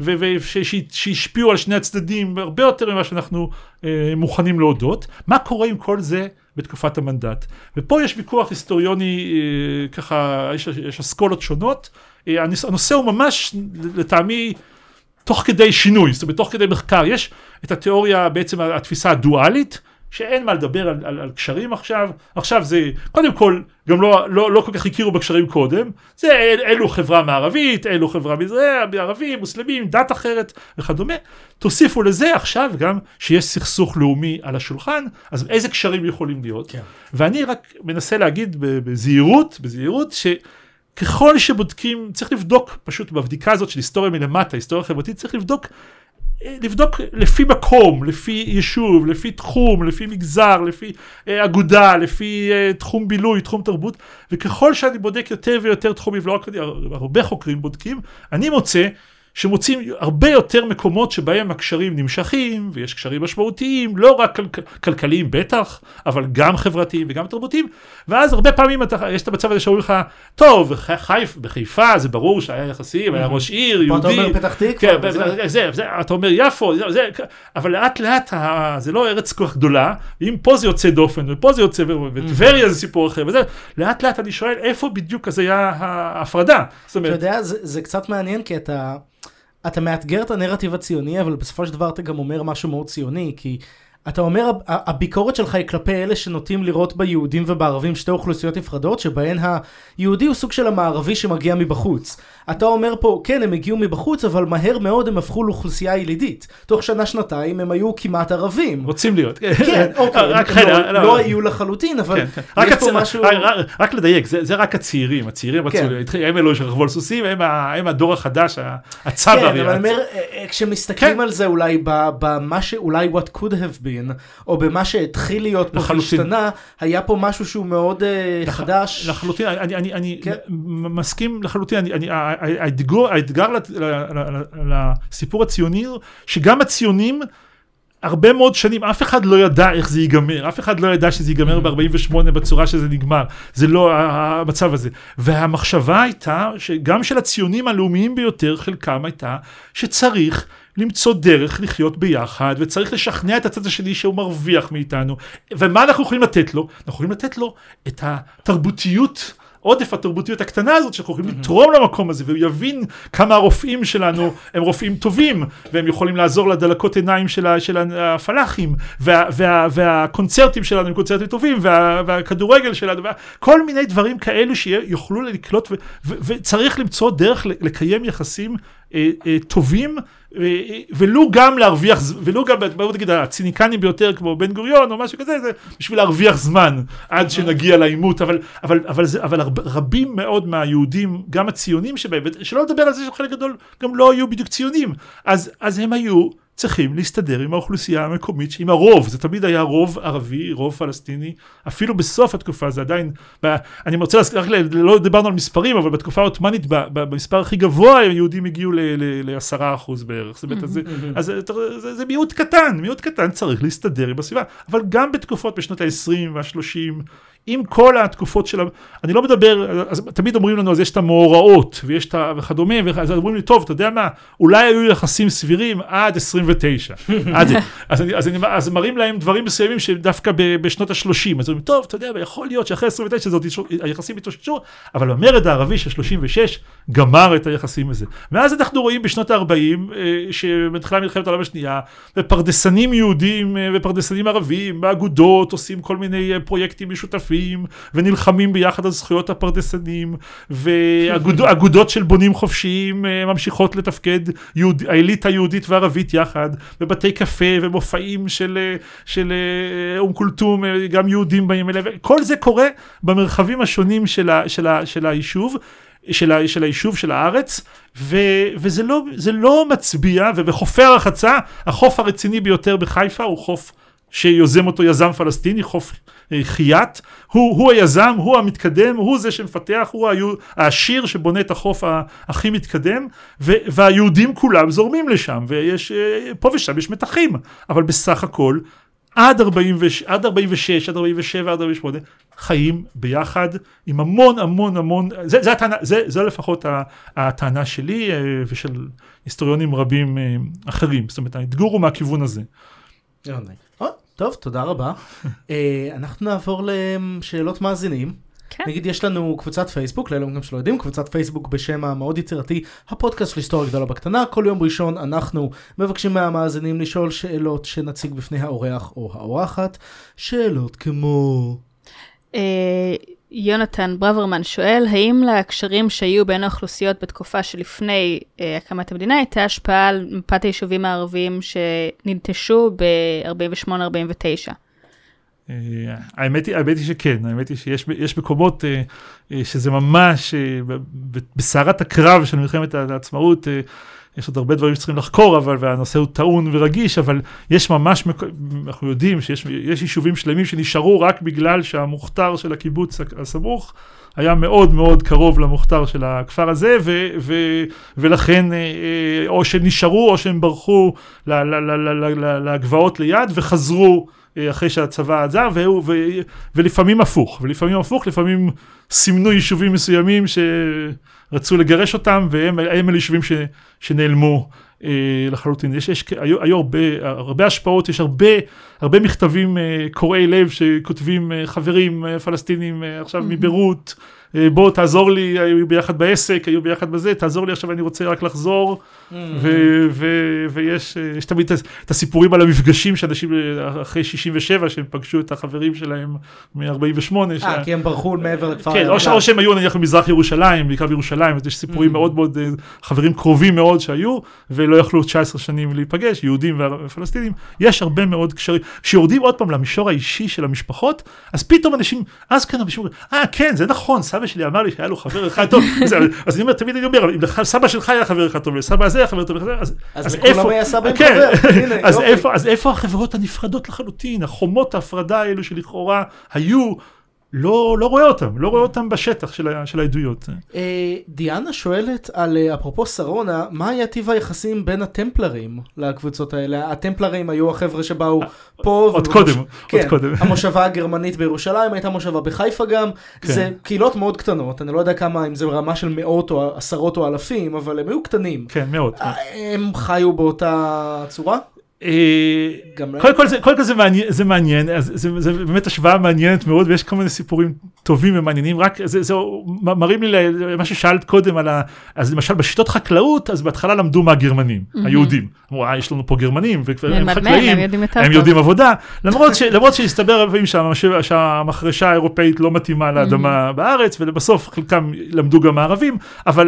ושהשפיעו על שני הצדדים הרבה יותר ממה שאנחנו אה, מוכנים להודות. מה קורה עם כל זה בתקופת המנדט? ופה יש ויכוח היסטוריוני, אה, ככה יש, יש אסכולות שונות. אה, הנושא הוא ממש לטעמי תוך כדי שינוי, זאת אומרת תוך כדי מחקר. יש את התיאוריה, בעצם התפיסה הדואלית, שאין מה לדבר על, על, על קשרים עכשיו, עכשיו זה, קודם כל, גם לא, לא, לא כל כך הכירו בקשרים קודם, זה אל, אלו חברה מערבית, אלו חברה מערבים, מוסלמים, דת אחרת וכדומה, תוסיפו לזה עכשיו גם שיש סכסוך לאומי על השולחן, אז איזה קשרים יכולים להיות? כן. ואני רק מנסה להגיד בזהירות, בזהירות שככל שבודקים, צריך לבדוק פשוט בבדיקה הזאת של היסטוריה מלמטה, היסטוריה חברתית, צריך לבדוק לבדוק לפי מקום, לפי יישוב, לפי תחום, לפי מגזר, לפי אה, אגודה, לפי אה, תחום בילוי, תחום תרבות, וככל שאני בודק יותר ויותר תחומים, ולא רק הרבה חוקרים בודקים, אני מוצא שמוצאים הרבה יותר מקומות שבהם הקשרים נמשכים, ויש קשרים משמעותיים, לא רק כל, כלכליים בטח, אבל גם חברתיים וגם תרבותיים, ואז הרבה פעמים אתה, יש את המצב הזה שאומרים לך, טוב, חיפה, בחיפה זה ברור שהיה יחסים, היה ראש עיר, יהודי. פה אתה אומר פתח תקווה. כן, זה, זה, זה, אתה אומר יפו, זה, זה, אבל לאט לאט זה לא ארץ כל כך גדולה, אם פה זה יוצא דופן, ופה זה יוצא, וטבריה זה סיפור אחר, וזה, לאט לאט אני שואל, איפה בדיוק אז היה ההפרדה? אתה יודע, זה, זה קצת מעניין, כי אתה... אתה מאתגר את הנרטיב הציוני, אבל בסופו של דבר אתה גם אומר משהו מאוד ציוני, כי אתה אומר, הביקורת שלך היא כלפי אלה שנוטים לראות ביהודים ובערבים שתי אוכלוסיות נפרדות, שבהן היהודי הוא סוג של המערבי שמגיע מבחוץ. אתה אומר פה, כן, הם הגיעו מבחוץ, אבל מהר מאוד הם הפכו לאוכלוסייה ילידית. תוך שנה, שנתיים הם היו כמעט ערבים. רוצים להיות. כן, אוקיי, לא היו לחלוטין, אבל יש פה משהו... רק לדייק, זה רק הצעירים, הצעירים רצו, הם אלו שרכבו על סוסים, הם הדור החדש, הצבר. כן, אבל אני אומר, כשמסתכלים על זה אולי במה שאולי what could have been, או במה שהתחיל להיות פה והשתנה, היה פה משהו שהוא מאוד חדש. לחלוטין, אני מסכים לחלוטין, האתגר לסיפור הציוני, שגם הציונים, הרבה מאוד שנים, אף אחד לא ידע איך זה ייגמר, אף אחד לא ידע שזה ייגמר ב-ארבעים ושמונה בצורה שזה נגמר, זה לא המצב הזה. והמחשבה הייתה, שגם של הציונים הלאומיים ביותר, חלקם הייתה, שצריך למצוא דרך לחיות ביחד, וצריך לשכנע את הצד השני שהוא מרוויח מאיתנו. ומה אנחנו יכולים לתת לו? אנחנו יכולים לתת לו את התרבותיות, עודף התרבותיות הקטנה הזאת, שאנחנו יכולים לתרום למקום הזה, והוא יבין כמה הרופאים שלנו הם רופאים טובים, והם יכולים לעזור לדלקות עיניים של הפלאחים, והקונצרטים שלנו הם קונצרטים טובים, והכדורגל שלנו, כל מיני דברים כאלו שיוכלו לקלוט, וצריך למצוא דרך לקיים יחסים טובים, ולו גם להרוויח, ולו גם, בואו נגיד, הציניקנים ביותר כמו בן גוריון או משהו כזה, זה בשביל להרוויח זמן עד שנגיע לעימות, אבל, אבל, אבל, זה, אבל רבים מאוד מהיהודים, גם הציונים שבהם, שלא לדבר על זה שחלק גדול גם לא היו בדיוק ציונים, אז, אז הם היו צריכים להסתדר עם האוכלוסייה המקומית, עם הרוב, זה תמיד היה רוב ערבי, רוב פלסטיני, אפילו בסוף התקופה, זה עדיין, אני רוצה להזכיר, לא דיברנו על מספרים, אבל בתקופה העות'מאנית, במספר הכי גבוה, היהודים הגיעו ל-עשרה אחוז בערך, אז זה מיעוט קטן, מיעוט קטן צריך להסתדר עם הסביבה, אבל גם בתקופות בשנות ה-עשרים וה-שלושים, עם כל התקופות של, אני לא מדבר, אז תמיד אומרים לנו, אז יש את המאורעות, ויש את וכדומה, ואז אומרים לי, טוב, אתה יודע מה, אולי היו יחסים סבירים עד עשרים ותשע, עד זה. אז, אני, אז, אני, אז מראים להם דברים מסוימים שדווקא ב, בשנות ה-שלושים, אז אומרים, טוב, אתה יודע, יכול להיות שאחרי עשרים ותשע זאת היחסים התאוששו, אבל המרד הערבי של שלושים ושש גמר את היחסים הזה. ואז אנחנו רואים בשנות ה-ארבעים, שמתחילה מלחמת העולם השנייה, ופרדסנים יהודים ופרדסנים ערבים, באגודות עושים כל מיני פרויקטים משותפים, ונלחמים ביחד על זכויות הפרדסנים, ואגודות של בונים חופשיים ממשיכות לתפקד, יהוד, האליטה היהודית והערבית יחד, בבתי קפה ומופעים של, של אום כולתום, גם יהודים באים אליהם, כל זה קורה במרחבים השונים של, ה, של, ה, של היישוב, של, ה, של היישוב, של הארץ, ו, וזה לא, זה לא מצביע, ובחופי הרחצה, החוף הרציני ביותר בחיפה הוא חוף שיוזם אותו יזם פלסטיני, חוף חייט, הוא, הוא היזם, הוא המתקדם, הוא זה שמפתח, הוא היו, העשיר שבונה את החוף הכי מתקדם, ו, והיהודים כולם זורמים לשם, ויש, פה ושם יש מתחים, אבל בסך הכל, עד ארבעים ושש, עד ארבעים ושש, עד ארבעים ושבע, עד ארבעים ושמונה, חיים ביחד, עם המון המון המון, זה, זה, הטענה, זה, זה לפחות הטענה שלי, ושל היסטוריונים רבים אחרים, זאת אומרת, האתגור הוא מהכיוון הזה. טוב, תודה רבה. אנחנו נעבור לשאלות מאזינים. נגיד, יש לנו קבוצת פייסבוק, לאלו גם שלא יודעים, קבוצת פייסבוק בשם המאוד יצירתי, הפודקאסט של היסטוריה גדולה בקטנה. כל יום ראשון אנחנו מבקשים מהמאזינים לשאול שאלות שנציג בפני האורח או האורחת. שאלות כמו... יונתן ברוורמן שואל, האם להקשרים שהיו בין האוכלוסיות בתקופה שלפני אה, הקמת המדינה, הייתה השפעה על מפת היישובים הערביים שננטשו ב-ארבעים ושמונה ארבעים ותשע? אה, האמת היא, האמת היא שכן, האמת היא שיש יש מקומות אה, אה, שזה ממש אה, בסערת הקרב של מלחמת העצמאות, אה, יש עוד הרבה דברים שצריכים לחקור, אבל, והנושא הוא טעון ורגיש, אבל יש ממש, אנחנו יודעים שיש יש יישובים שלמים שנשארו רק בגלל שהמוכתר של הקיבוץ הסמוך היה מאוד מאוד קרוב למוכתר של הכפר הזה, ו, ו, ולכן או שנשארו או שהם ברחו לגבעות ליד וחזרו אחרי שהצבא עזב, ו, ו, ולפעמים הפוך, ולפעמים הפוך, לפעמים סימנו יישובים מסוימים ש... רצו לגרש אותם, והם הם אלה יישובים ש, שנעלמו אה, לחלוטין. יש, יש, היו, היו הרבה, הרבה השפעות, יש הרבה, הרבה מכתבים אה, קוראי לב שכותבים אה, חברים אה, פלסטינים אה, עכשיו mm-hmm. מביירות, אה, בוא תעזור לי, היו ביחד בעסק, היו ביחד בזה, תעזור לי עכשיו, אני רוצה רק לחזור, mm-hmm. ו, ו, ויש יש תמיד את הסיפורים על המפגשים שאנשים אחרי שישים ושבע, שהם פגשו את החברים שלהם מ-ארבעים ושמונה. אה, שה... כי הם ברחו מעבר לכפר. כן, או, ש, או שהם היו נניח במזרח ירושלים, בעיקר בירושלים, אז יש סיפורים mm-hmm. מאוד מאוד, חברים קרובים מאוד שהיו, ולא יכלו תשע עשרה שנים להיפגש, יהודים ופלסטינים. יש הרבה מאוד קשרים, שיורדים עוד פעם למישור האישי של המשפחות, אז פתאום אנשים, אז כן, אנשים אומרים, אה, כן, זה נכון, סבא שלי אמר לי שהיה לו חבר אחד טוב, אז אני אומר, תמיד אני אומר, אם סבא שלך היה חבר אחד טוב, סבא הזה היה חבר טוב, אז מכולם היה סבא עם חבר, אז איפה החברות הנפרדות לחלוטין, החומות ההפרדה האלו שלכאורה היו, לא, לא רואה אותם, לא רואה אותם בשטח של, של העדויות. דיאנה שואלת על, אפרופו שרונה, מה היה טיב היחסים בין הטמפלרים לקבוצות האלה? הטמפלרים היו החבר'ה שבאו פה. עוד קודם, עוד קודם. המושבה הגרמנית בירושלים, הייתה מושבה בחיפה גם. זה קהילות מאוד קטנות, אני לא יודע כמה, אם זה רמה של מאות או עשרות או אלפים, אבל הם היו קטנים. כן, מאות. הם חיו באותה צורה? קודם כל זה מעניין, זה באמת השוואה מעניינת מאוד, ויש כל מיני סיפורים טובים ומעניינים, רק זה מראים לי מה ששאלת קודם על ה... אז למשל בשיטות חקלאות, אז בהתחלה למדו מהגרמנים, היהודים. אמרו, אה, יש לנו פה גרמנים, והם חקלאים, הם יודעים עבודה, למרות שהסתבר שהמחרשה האירופאית לא מתאימה לאדמה בארץ, ולבסוף חלקם למדו גם הערבים, אבל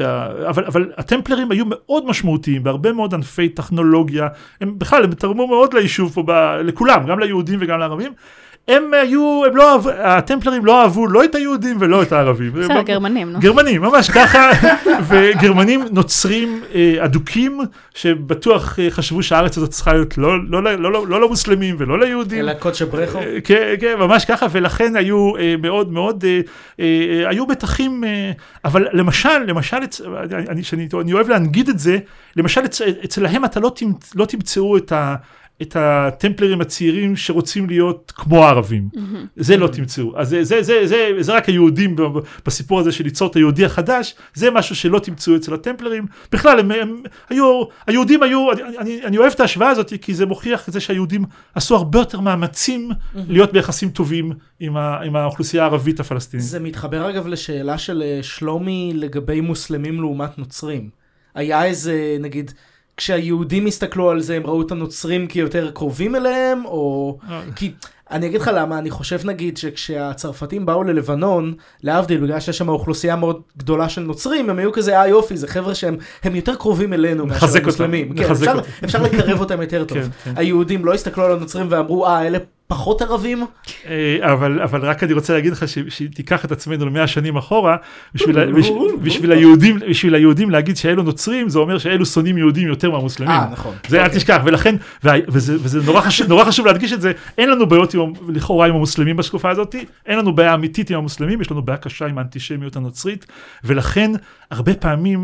הטמפלרים היו מאוד משמעותיים, בהרבה מאוד ענפי טכנולוגיה, הם בכלל, הם תרמו מאוד ליישוב פה, ב... לכולם, גם ליהודים וגם לערבים. הם היו, הם לא, הטמפלרים לא אהבו לא את היהודים ולא את הערבים. בסדר, גרמנים, נו. גרמנים, ממש ככה, וגרמנים נוצרים אדוקים, שבטוח חשבו שהארץ הזאת צריכה להיות לא, לא, לא, לא, לא למוסלמים ולא ליהודים. אלא קודש ברחו. כן, כן, ממש ככה, ולכן היו מאוד מאוד, היו מתחים, אבל למשל, למשל, אני, שאני, אני אוהב להנגיד את זה, למשל, אצלהם אתה לא, לא תמצאו את ה... את הטמפלרים הצעירים שרוצים להיות כמו הערבים. זה לא תמצאו. אז זה, זה, זה, זה, זה רק היהודים בסיפור הזה של ליצור את היהודי החדש, זה משהו שלא תמצאו אצל הטמפלרים. בכלל, הם, הם היו, היהודים היו, אני, אני, אני אוהב את ההשוואה הזאת, כי זה מוכיח את זה שהיהודים עשו הרבה יותר מאמצים להיות ביחסים טובים עם, ה, עם האוכלוסייה הערבית הפלסטינית. זה מתחבר אגב לשאלה של שלומי לגבי מוסלמים לעומת נוצרים. היה איזה, נגיד, כשהיהודים הסתכלו על זה, הם ראו את הנוצרים כיותר קרובים אליהם, או... כי אני אגיד לך למה, אני חושב נגיד שכשהצרפתים באו ללבנון, להבדיל, בגלל שיש שם אוכלוסייה מאוד גדולה של נוצרים, הם היו כזה, אה יופי, זה חבר'ה שהם יותר קרובים אלינו מאשר המוסלמים. כן, אפשר, אפשר לקרב אותם יותר טוב. כן, כן. היהודים לא הסתכלו על הנוצרים ואמרו, אה, אלה פחות ערבים? אבל, אבל רק אני רוצה להגיד לך שתיקח את עצמנו למאה שנים אחורה, בשביל, בשביל היהודים, בשביל היהודים להגיד שאלו נוצרים, זה אומר שאלו שונאים יהודים יותר מהמוסלמים. אה, נכון. זה אל תשכח, ולכן, וזה, וזה נורא חשוב, נורא חשוב להדגיש את זה, אין לנו בעיות לכאורה עם המוסלמים בשקופה הזאת, אין לנו בעיה אמיתית עם המוסלמים, יש לנו בעיה קשה עם האנטישמיות הנוצרית, ולכן הרבה פעמים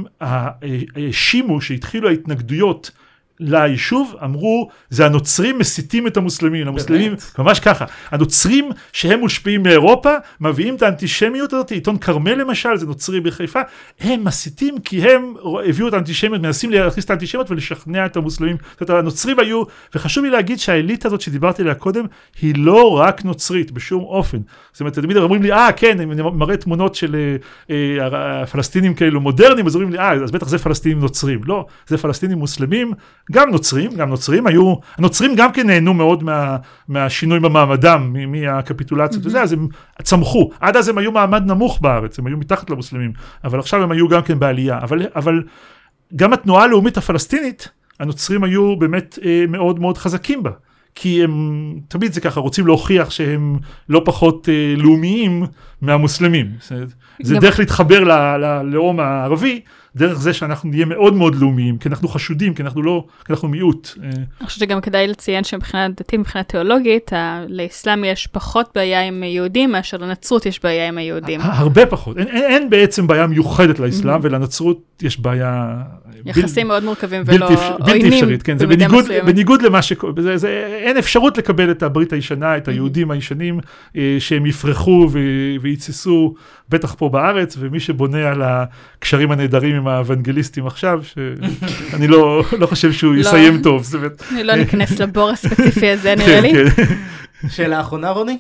האשימו שהתחילו ההתנגדויות ליישוב, אמרו, זה הנוצרים מסיתים את המוסלמים, המוסלמים, ממש ככה, הנוצרים שהם מושפעים מאירופה, מביאים את האנטישמיות הזאת, עיתון קרמל למשל, זה נוצרי בחיפה, הם מסיתים כי הם הביאו את האנטישמיות, מנסים להכניס את האנטישמיות ולשכנע את המוסלמים, זאת אומרת, הנוצרים היו, וחשוב לי להגיד שהאליטה הזאת שדיברתי עליה קודם, היא לא רק נוצרית, בשום אופן, זאת אומרת, תמיד אומרים לי, אה, כן, אני מראה תמונות של הפלסטינים כאלו מודרניים, אז אומרים לי, אה, אז בטח זה פלסטינים נוצרים, לא, זה פלסטינים מוסלמים, גם נוצרים, גם נוצרים היו, הנוצרים גם כן נהנו מאוד מה, מהשינוי במעמדם, מהקפיטולציות וזה, אז הם צמחו, עד אז הם היו מעמד נמוך בארץ, הם היו מתחת למוסלמים, אבל עכשיו הם היו גם כן בעלייה, אבל, אבל גם התנועה הלאומית הפלסטינית, הנוצרים היו באמת אה, מאוד מאוד חזקים בה, כי הם, תמיד זה ככה, רוצים להוכיח שהם לא פחות אה, לאומיים מהמוסלמים, זה, זה דרך להתחבר ללאום הערבי, דרך זה שאנחנו נהיה מאוד מאוד לאומיים, כי אנחנו חשודים, כי אנחנו לא, כי אנחנו מיעוט. אני חושבת שגם כדאי לציין שמבחינת דתית, מבחינת תיאולוגית, לאסלאם יש פחות בעיה עם יהודים, מאשר לנצרות יש בעיה עם היהודים. הרבה פחות. אין, אין בעצם בעיה מיוחדת לאסלאם, ולנצרות יש בעיה... יחסים מאוד מורכבים ולא עוינים. כן, זה בניגוד, בניגוד למה ש... זה, זה, אין אפשרות לקבל את הברית הישנה, את היהודים הישנים, שהם יפרחו ויצסו, בטח פה בארץ, ומי שבונה על הקשרים הנהדרים עם האוונגליסטים עכשיו, שאני לא, לא חושב שהוא יסיים טוב. לא ניכנס לבור הספציפי הזה, נראה לי. שאלה האחרונה, רוני?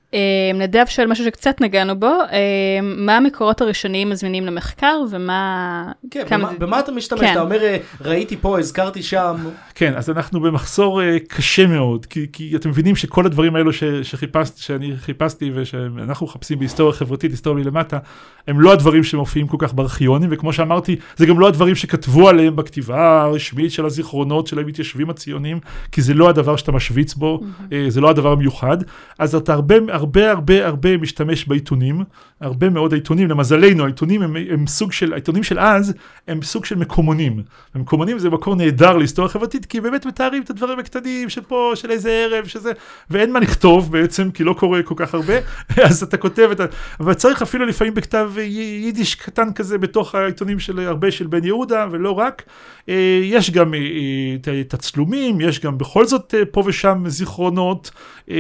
נדב שואל משהו שקצת נגענו בו, מה המקורות הראשוניים מזמינים למחקר, ומה... כן, במה אתה משתמש? אתה אומר, ראיתי פה, הזכרתי שם. כן, אז אנחנו במחסור קשה מאוד, כי אתם מבינים שכל הדברים האלו שאני חיפשתי, ושאנחנו מחפשים בהיסטוריה חברתית, היסטוריה מלמטה, הם לא הדברים שמופיעים כל כך בארכיונים, וכמו שאמרתי, זה גם לא הדברים שכתבו עליהם בכתיבה הרשמית של הזיכרונות של המתיישבים הציונים, כי זה לא הדבר שאתה משוויץ בו, זה לא הדבר המיוחד. אז אתה הרבה, הרבה, הרבה, הרבה משתמש בעיתונים, הרבה מאוד העיתונים, למזלנו, העיתונים הם, הם סוג של, העיתונים של אז, הם סוג של מקומונים. מקומונים זה מקור נהדר להיסטוריה חברתית, כי באמת מתארים את הדברים הקטנים של פה, של איזה ערב, שזה, ואין מה לכתוב בעצם, כי לא קורה כל כך הרבה, אז אתה כותב את ה... אבל צריך אפילו לפעמים בכתב יידיש קטן כזה, בתוך העיתונים של הרבה של בן יהודה, ולא רק. יש גם את הצלומים, יש גם בכל זאת פה ושם זיכרונות,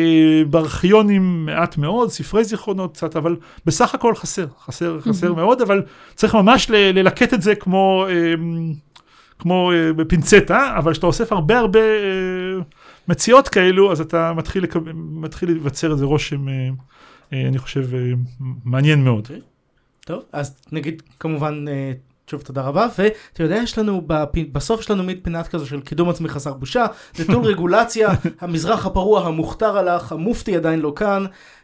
בארכיונים מעט מאוד, ספרי זיכרונות קצת, אבל בסך הכל חסר, חסר, חסר מאוד, אבל צריך ממש ללקט את זה כמו, כמו בפינצטה, אבל כשאתה אוסף הרבה הרבה מציאות כאלו, אז אתה מתחיל, מתחיל לבצר איזה רושם, אני חושב, מעניין מאוד. טוב, אז נגיד כמובן... שוב, תודה רבה, ואתה יודע, יש לנו, בסוף יש לנו מין פינת כזו של קידום עצמי חסר בושה, נטול רגולציה, המזרח הפרוע, המוכתר הלך, המופתי עדיין לא כאן,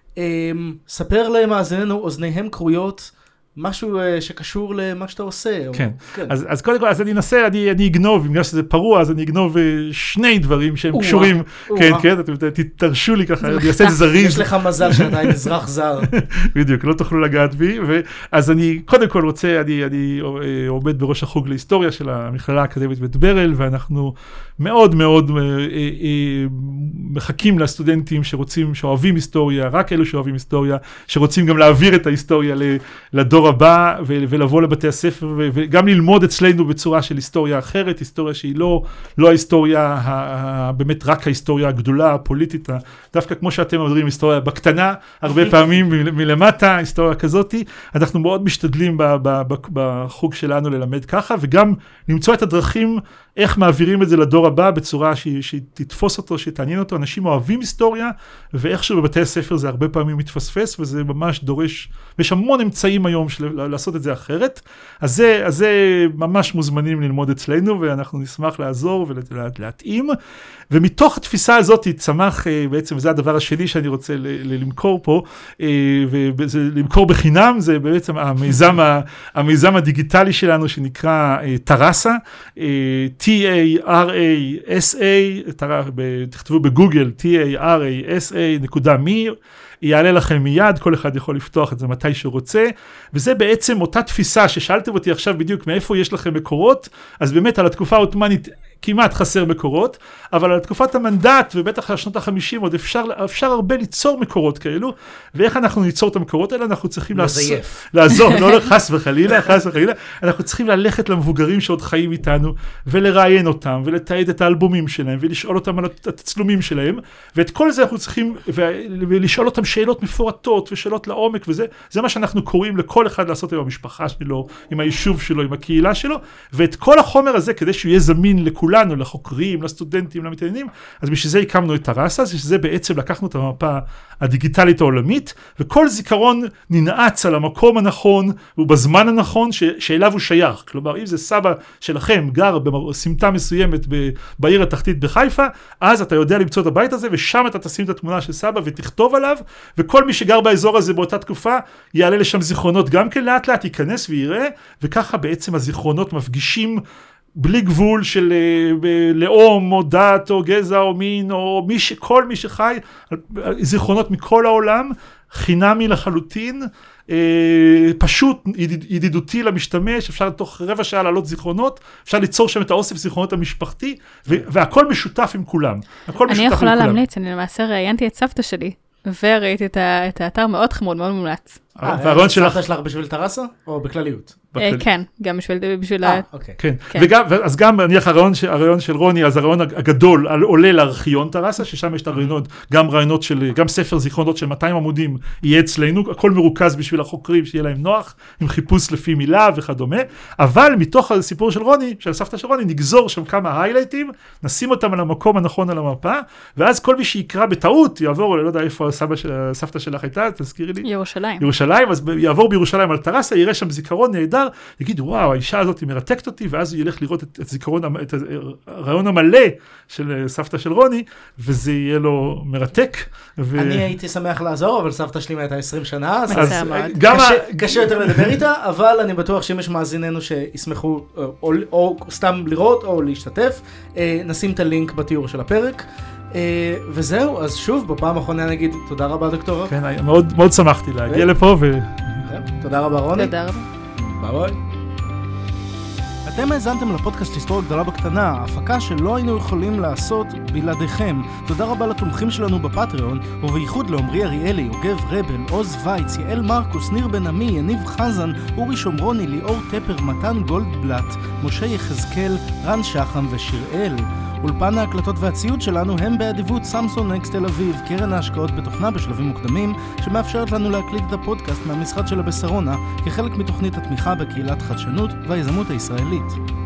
ספר להם מאזיננו, אוזניהם קרויות, משהו שקשור למה שאתה עושה. כן, או... אז, אז קודם כל, אז אני אנסה, אני, אני אגנוב, בגלל שזה פרוע, אז אני אגנוב שני דברים שהם אוה, קשורים, אוה. כן, כן, אתם תתרשו לי ככה, אני אעשה את זה זריז. יש לך מזל שאתה אזרח זר. בדיוק, לא תוכלו לגעת בי, אז אני קודם כל רוצה, אני, אני עומד בראש החוג להיסטוריה של המכללה האקדמית בית ברל, ואנחנו מאוד מאוד מחכים לסטודנטים שרוצים, שאוהבים היסטוריה, רק אלו שאוהבים היסטוריה, שרוצים גם להעביר את ההיסטוריה לדור הבא, ולבוא לבתי הספר, וגם ללמוד אצלנו בצורה של היסטוריה אחרת, היסטוריה שהיא לא, לא ההיסטוריה, באמת רק ההיסטוריה הגדולה, הפוליטית, דווקא כמו שאתם אומרים, היסטוריה בקטנה, הרבה פעמים מלמטה, היסטוריה כזאת, אנחנו מאוד משתדלים בחוג שלנו ללמד ככה, וגם למצוא את הדרכים איך מעבירים את זה לדור הבא בצורה שתתפוס אותו, שתעניין אותו. אנשים אוהבים היסטוריה, ואיכשהו בבתי הספר זה הרבה פעמים מתפספס, וזה ממש דורש, ויש המון אמצעים היום של לעשות את זה אחרת. אז זה, אז זה ממש מוזמנים ללמוד אצלנו, ואנחנו נשמח לעזור ולהתאים. ומתוך התפיסה הזאת צמח, בעצם זה הדבר השני שאני רוצה למכור פה, ולמכור בחינם, זה בעצם המיזם, המיזם הדיגיטלי שלנו שנקרא טרסה, T A R A S A, תכתבו בגוגל T A R A S A נקודה מי, יעלה לכם מיד, כל אחד יכול לפתוח את זה מתי שהוא רוצה, וזה בעצם אותה תפיסה ששאלתם אותי עכשיו בדיוק מאיפה יש לכם מקורות, אז באמת על התקופה העות'מאנית כמעט חסר מקורות, אבל על תקופת המנדט ובטח על שנות החמישים עוד אפשר, אפשר הרבה ליצור מקורות כאלו, ואיך אנחנו ניצור את המקורות האלה, אנחנו צריכים לזייף. לעזור, לא חס וחלילה, חס וחלילה, אנחנו צריכים ללכת למבוגרים שעוד חיים איתנו, ולראיין אותם, ולתעד את האלבומים שלהם, ולשאול אותם על התצלומים שלהם, ואת כל זה אנחנו צריכים, ולשאול אותם שאלות מפורטות, ושאלות לעומק, וזה, זה מה שאנחנו קוראים לכל אחד לעשות עם המשפחה שלו, עם היישוב שלו, עם הקהילה שלו, ואת כל החומר הזה, כדי שהוא יהיה זמין לכולנו, לחוקרים, לסטודנטים, למתעניינים, אז בשביל זה הקמנו את טרסה, שזה בעצם לקחנו את המפה הדיגיטלית העולמית, וכל זיכרון ננעץ על המקום הנכון, ובזמן הנכון ש- שאליו הוא שייך. כלומר, אם זה סבא שלכם גר בסמטה מסוימת ב- בעיר התחתית בחיפה, אז אתה יודע למצוא את הבית הזה, ושם אתה תשים את התמונה של סבא ותכתוב עליו, וכל מי שגר באזור הזה באותה תקופה, יעלה לשם זיכרונות גם כן לאט לאט, ייכנס ויראה, וככה בעצם הזיכרונות מפגישים בלי גבול של לאום או דת או גזע או מין או מי ש... כל מי שחי, זיכרונות מכל העולם, חינמי לחלוטין, פשוט ידידותי למשתמש, אפשר לתוך רבע שעה לעלות זיכרונות, אפשר ליצור שם את האוסף זיכרונות המשפחתי, והכל משותף עם כולם. אני יכולה להמליץ, אני למעשה ראיינתי את סבתא שלי, וראיתי את האתר מאוד חמוד, מאוד מומלץ. והרעיון שלך שלך בשביל טרסה או בכלליות? כן, גם בשביל אה, אוקיי. כן, וגם, אז גם נניח הרעיון של רוני, אז הרעיון הגדול עולה לארכיון טרסה, ששם יש את הרעיונות, גם רעיונות של, גם ספר זיכרונות של מאתיים עמודים יהיה אצלנו, הכל מרוכז בשביל החוקרים, שיהיה להם נוח, עם חיפוש לפי מילה וכדומה, אבל מתוך הסיפור של רוני, של סבתא של רוני, נגזור שם כמה היילייטים, נשים אותם על המקום הנכון על המפה, ואז כל מי שיקרא בטעות, יעבור, לא יודע איפה סבתא שלך הייתה, תזכירי לי. ירושלים. ירושלים, אז יעבור בירושלים על טרסה, יראה שם זיכרון נהדר, יגיד, וואו, האישה הזאת היא מרתקת אותי, ואז הוא ילך לראות את, את זיכרון, את הרעיון המלא של סבתא של רוני, וזה יהיה לו מרתק. ו... אני הייתי שמח לעזור, אבל סבתא שלי הייתה עשרים שנה, אז, אז גם קשה, ה... קשה יותר לדבר איתה, אבל אני בטוח שאם יש מאזיננו שישמחו או, או, או סתם לראות או להשתתף, נשים את הלינק בתיאור של הפרק. וזהו, אז שוב, בפעם האחרונה נגיד תודה רבה דוקטור. כן, מאוד, מאוד שמחתי להגיע לפה ו... תודה רבה רוני. תודה רבה. ביי ביי. אתם האזנתם לפודקאסט היסטוריה גדולה בקטנה, הפקה שלא היינו יכולים לעשות בלעדיכם. תודה רבה לתומכים שלנו בפטריון, ובייחוד לעומרי אריאלי, יוגב רבל, עוז וייץ, יעל מרקוס, ניר בן עמי, יניב חזן, אורי שומרוני, ליאור טפר, מתן גולדבלט, משה יחזקאל, רן שחם ושיראל. אולפן ההקלטות והציוד שלנו הם באדיבות סמסון נקסט תל אביב, קרן ההשקעות בתוכנה בשלבים מוקדמים, שמאפשרת לנו להקליט את הפודקאסט מהמשרד של הבשרונה, כחלק מתוכנית התמיכה בקהילת חדשנות והיזמות הישראלית.